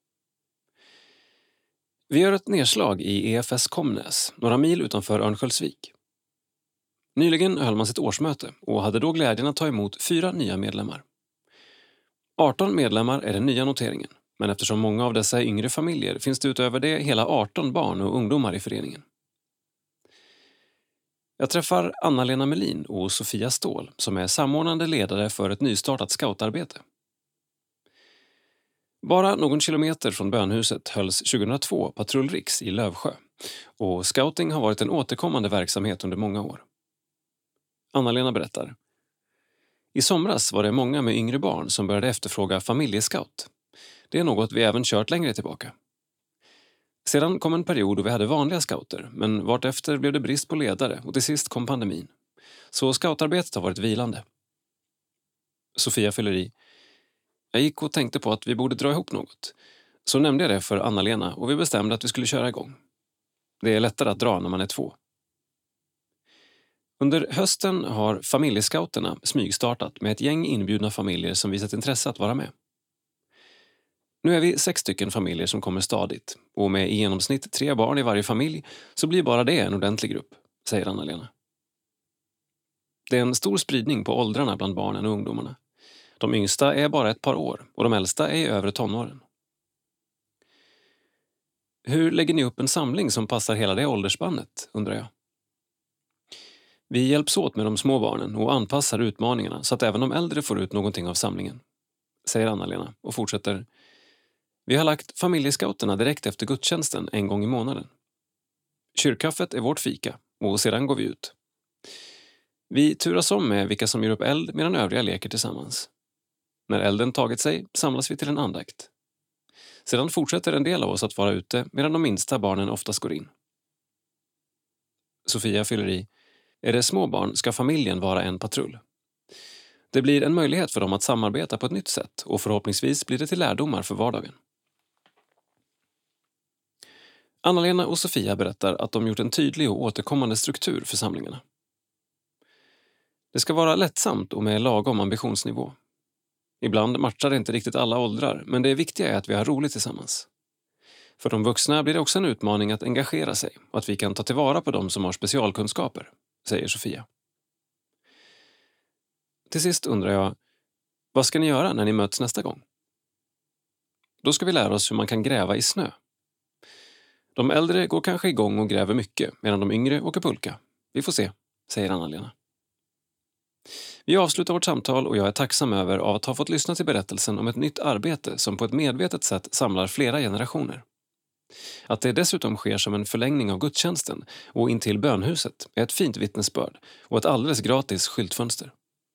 Vi gör ett nedslag i E F S Komnäs, några mil utanför Örnsköldsvik. Nyligen höll man sitt årsmöte och hade då glädjen att ta emot fyra nya medlemmar. arton medlemmar är den nya noteringen, men eftersom många av dessa är yngre familjer finns det utöver det hela arton barn och ungdomar i föreningen. Jag träffar Anna-Lena Melin och Sofia Ståhl som är samordnande ledare för ett nystartat scoutarbete. Bara någon kilometer från bönhuset hölls tjugohundratvå patrullriks i Lövsjö och scouting har varit en återkommande verksamhet under många år. Anna-Lena berättar. I somras var det många med yngre barn som började efterfråga familjescout. Det är något vi även kört längre tillbaka. Sedan kom en period då vi hade vanliga scouter, men vartefter blev det brist på ledare och till sist kom pandemin. Så scoutarbetet har varit vilande. Sofia fyller i. Jag gick och tänkte på att vi borde dra ihop något. Så nämnde jag det för Anna-Lena och vi bestämde att vi skulle köra igång. Det är lättare att dra när man är två. Under hösten har familjescouterna smygstartat med ett gäng inbjudna familjer som visat intresse att vara med. Nu är vi sex stycken familjer som kommer stadigt och med i genomsnitt tre barn i varje familj så blir bara det en ordentlig grupp, säger Anna-Lena. Det är en stor spridning på åldrarna bland barnen och ungdomarna. De yngsta är bara ett par år och de äldsta är i övre tonåren. Hur lägger ni upp en samling som passar hela det åldersspannet, undrar jag. Vi hjälps åt med de små barnen och anpassar utmaningarna så att även de äldre får ut någonting av samlingen, säger Anna-Lena och fortsätter. Vi har lagt familjescouterna direkt efter gudstjänsten en gång i månaden. Kyrkkaffet är vårt fika och sedan går vi ut. Vi turas om med vilka som gör upp eld medan övriga leker tillsammans. När elden tagit sig samlas vi till en andakt. Sedan fortsätter en del av oss att vara ute medan de minsta barnen oftast går in. Sofia fyller i. Är det små barn ska familjen vara en patrull. Det blir en möjlighet för dem att samarbeta på ett nytt sätt och förhoppningsvis blir det till lärdomar för vardagen. Anna-Lena och Sofia berättar att de gjort en tydlig och återkommande struktur för samlingarna. Det ska vara lättsamt och med lagom ambitionsnivå. Ibland matchar det inte riktigt alla åldrar, men det viktiga är att vi har roligt tillsammans. För de vuxna blir det också en utmaning att engagera sig och att vi kan ta tillvara på dem som har specialkunskaper, säger Sofia. Till sist undrar jag, vad ska ni göra när ni möts nästa gång? Då ska vi lära oss hur man kan gräva i snö. De äldre går kanske igång och gräver mycket medan de yngre åker pulka. Vi får se, säger Anna-Lena. Vi avslutar vårt samtal och jag är tacksam över av att ha fått lyssna till berättelsen om ett nytt arbete som på ett medvetet sätt samlar flera generationer. Att det dessutom sker som en förlängning av gudstjänsten och intill bönhuset är ett fint vittnesbörd och ett alldeles gratis skyltfönster.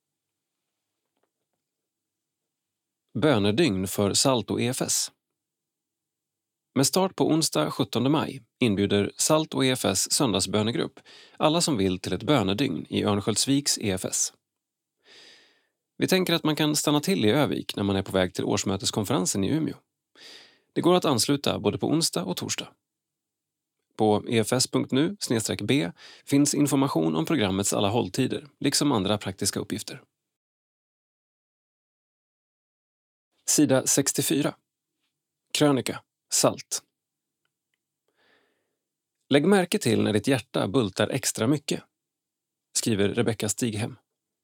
Bönedygn för Salt och E F S. Med start på onsdag sjuttonde maj inbjuder Salt och E F S söndagsbönegrupp alla som vill till ett bönedygn i Örnsköldsviks E F S. Vi tänker att man kan stanna till i Övik när man är på väg till årsmöteskonferensen i Umeå. Det går att ansluta både på onsdag och torsdag. På e f s punkt nu snedstreck b finns information om programmets alla hålltider, liksom andra praktiska uppgifter. Sida sextiofyra. Krönika. Salt. Lägg märke till när ditt hjärta bultar extra mycket, skriver Rebecka Stighem.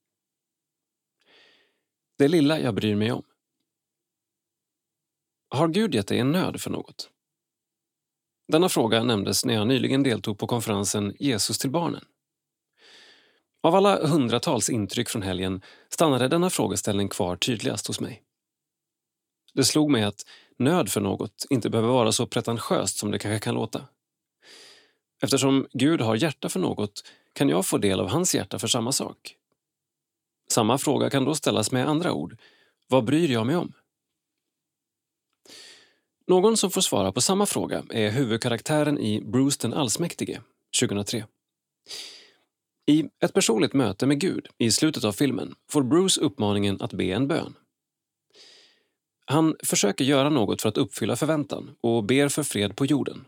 Det lilla jag bryr mig om. Har Gud gett dig en nöd för något? Denna fråga nämndes när jag nyligen deltog på konferensen Jesus till barnen. Av alla hundratals intryck från helgen stannade denna frågeställning kvar tydligast hos mig. Det slog mig att nöd för något inte behöver vara så pretentiöst som det kanske kan låta. Eftersom Gud har hjärta för något kan jag få del av hans hjärta för samma sak. Samma fråga kan då ställas med andra ord. Vad bryr jag mig om? Någon som får svara på samma fråga är huvudkaraktären i Bruce den allsmäktige, tjugohundratre. I ett personligt möte med Gud i slutet av filmen får Bruce uppmaningen att be en bön. Han försöker göra något för att uppfylla förväntan och ber för fred på jorden.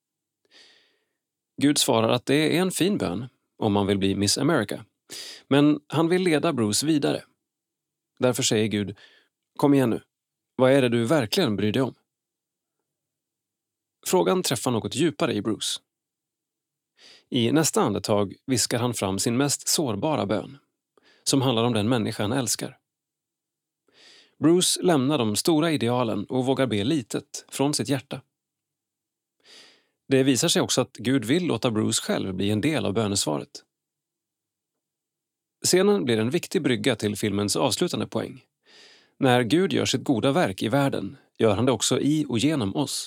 Gud svarar att det är en fin bön om man vill bli Miss America, men han vill leda Bruce vidare. Därför säger Gud, kom igen nu, vad är det du verkligen bryr dig om? Frågan träffar något djupare i Bruce. I nästa andetag viskar han fram sin mest sårbara bön, som handlar om den människa han älskar. Bruce lämnar de stora idealen och vågar be litet från sitt hjärta. Det visar sig också att Gud vill låta Bruce själv bli en del av bönesvaret. Scenen blir en viktig brygga till filmens avslutande poäng. När Gud gör sitt goda verk i världen gör han det också i och genom oss.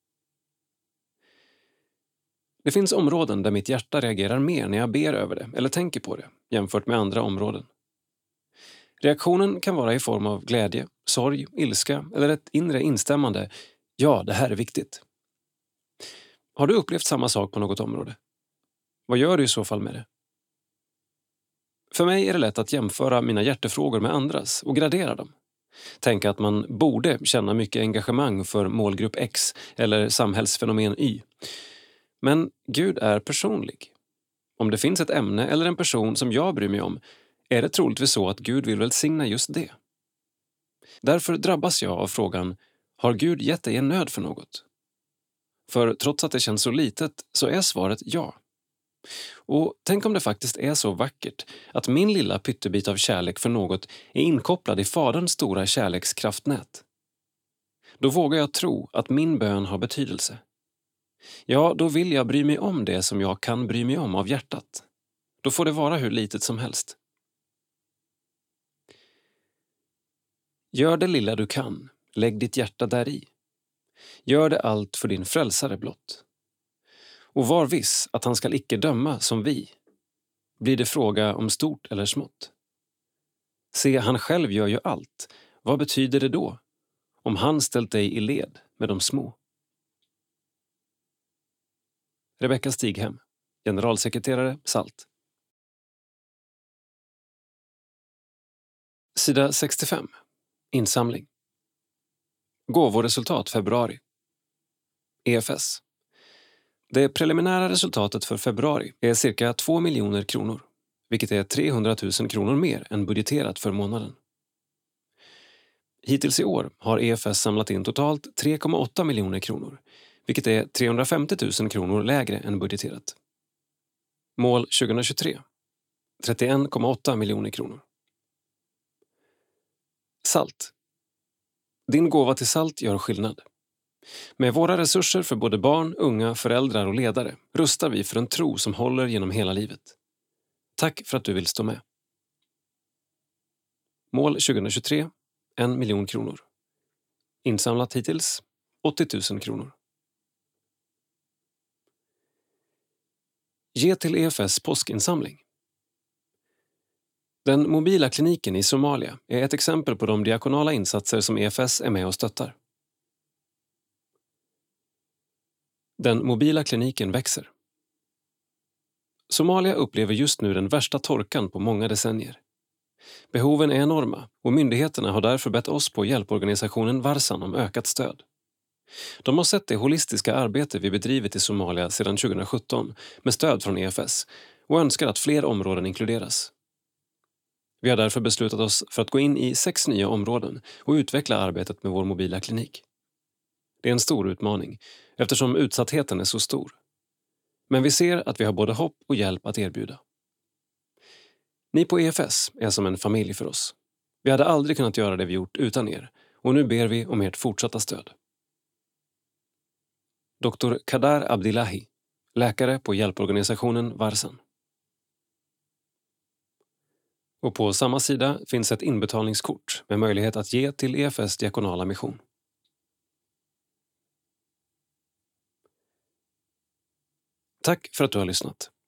Det finns områden där mitt hjärta reagerar mer när jag ber över det eller tänker på det jämfört med andra områden. Reaktionen kan vara i form av glädje, sorg, ilska eller ett inre instämmande. Ja, det här är viktigt. Har du upplevt samma sak på något område? Vad gör du i så fall med det? För mig är det lätt att jämföra mina hjärtefrågor med andras och gradera dem. Tänka att man borde känna mycket engagemang för målgrupp X eller samhällsfenomen Y. Men Gud är personlig. Om det finns ett ämne eller en person som jag bryr mig om är det troligtvis så att Gud vill välsigna just det. Därför drabbas jag av frågan, har Gud gett dig en nöd för något? För trots att det känns så litet så är svaret ja. Och tänk om det faktiskt är så vackert att min lilla pyttebit av kärlek för något är inkopplad i Faderns stora kärlekskraftnät. Då vågar jag tro att min bön har betydelse. Ja, då vill jag bry mig om det som jag kan bry mig om av hjärtat. Då får det vara hur litet som helst. Gör det lilla du kan, lägg ditt hjärta där i. Gör det allt för din frälsare blott. Och var viss att han skall icke döma som vi. Blir det fråga om stort eller smått? Se, han själv gör ju allt. Vad betyder det då? Om han ställt dig i led med de små. Rebecka Stighem, generalsekreterare Salt. Sida sextiofem. Insamling. Gåvoresultat februari. E F S. Det preliminära resultatet för februari är cirka två miljoner kronor, vilket är trehundratusen kronor mer än budgeterat för månaden. Hittills i år har E F S samlat in totalt tre komma åtta miljoner kronor, vilket är trehundrafemtiotusen kronor lägre än budgeterat. Mål tjugohundratjugotre. trettioen komma åtta miljoner kronor. Salt. Din gåva till Salt gör skillnad. Med våra resurser för både barn, unga, föräldrar och ledare rustar vi för en tro som håller genom hela livet. Tack för att du vill stå med. Mål tjugohundratjugotre, en miljon kronor. Insamlat hittills, åttio tusen kronor. Ge till E F S påskinsamling. Den mobila kliniken i Somalia är ett exempel på de diakonala insatser som E F S är med och stöttar. Den mobila kliniken växer. Somalia upplever just nu den värsta torkan på många decennier. Behoven är enorma och myndigheterna har därför bett oss på hjälporganisationen Varsan om ökat stöd. De har sett det holistiska arbete vi bedrivit i Somalia sedan tjugohundrasjutton med stöd från E F S och önskar att fler områden inkluderas. Vi har därför beslutat oss för att gå in i sex nya områden och utveckla arbetet med vår mobila klinik. Det är en stor utmaning eftersom utsattheten är så stor. Men vi ser att vi har både hopp och hjälp att erbjuda. Ni på E F S är som en familj för oss. Vi hade aldrig kunnat göra det vi gjort utan er och nu ber vi om ert fortsatta stöd. doktor Kadar Abdillahi, läkare på hjälporganisationen Varsan. Och på samma sida finns ett inbetalningskort med möjlighet att ge till E F S diakonala mission. Tack för att du har lyssnat.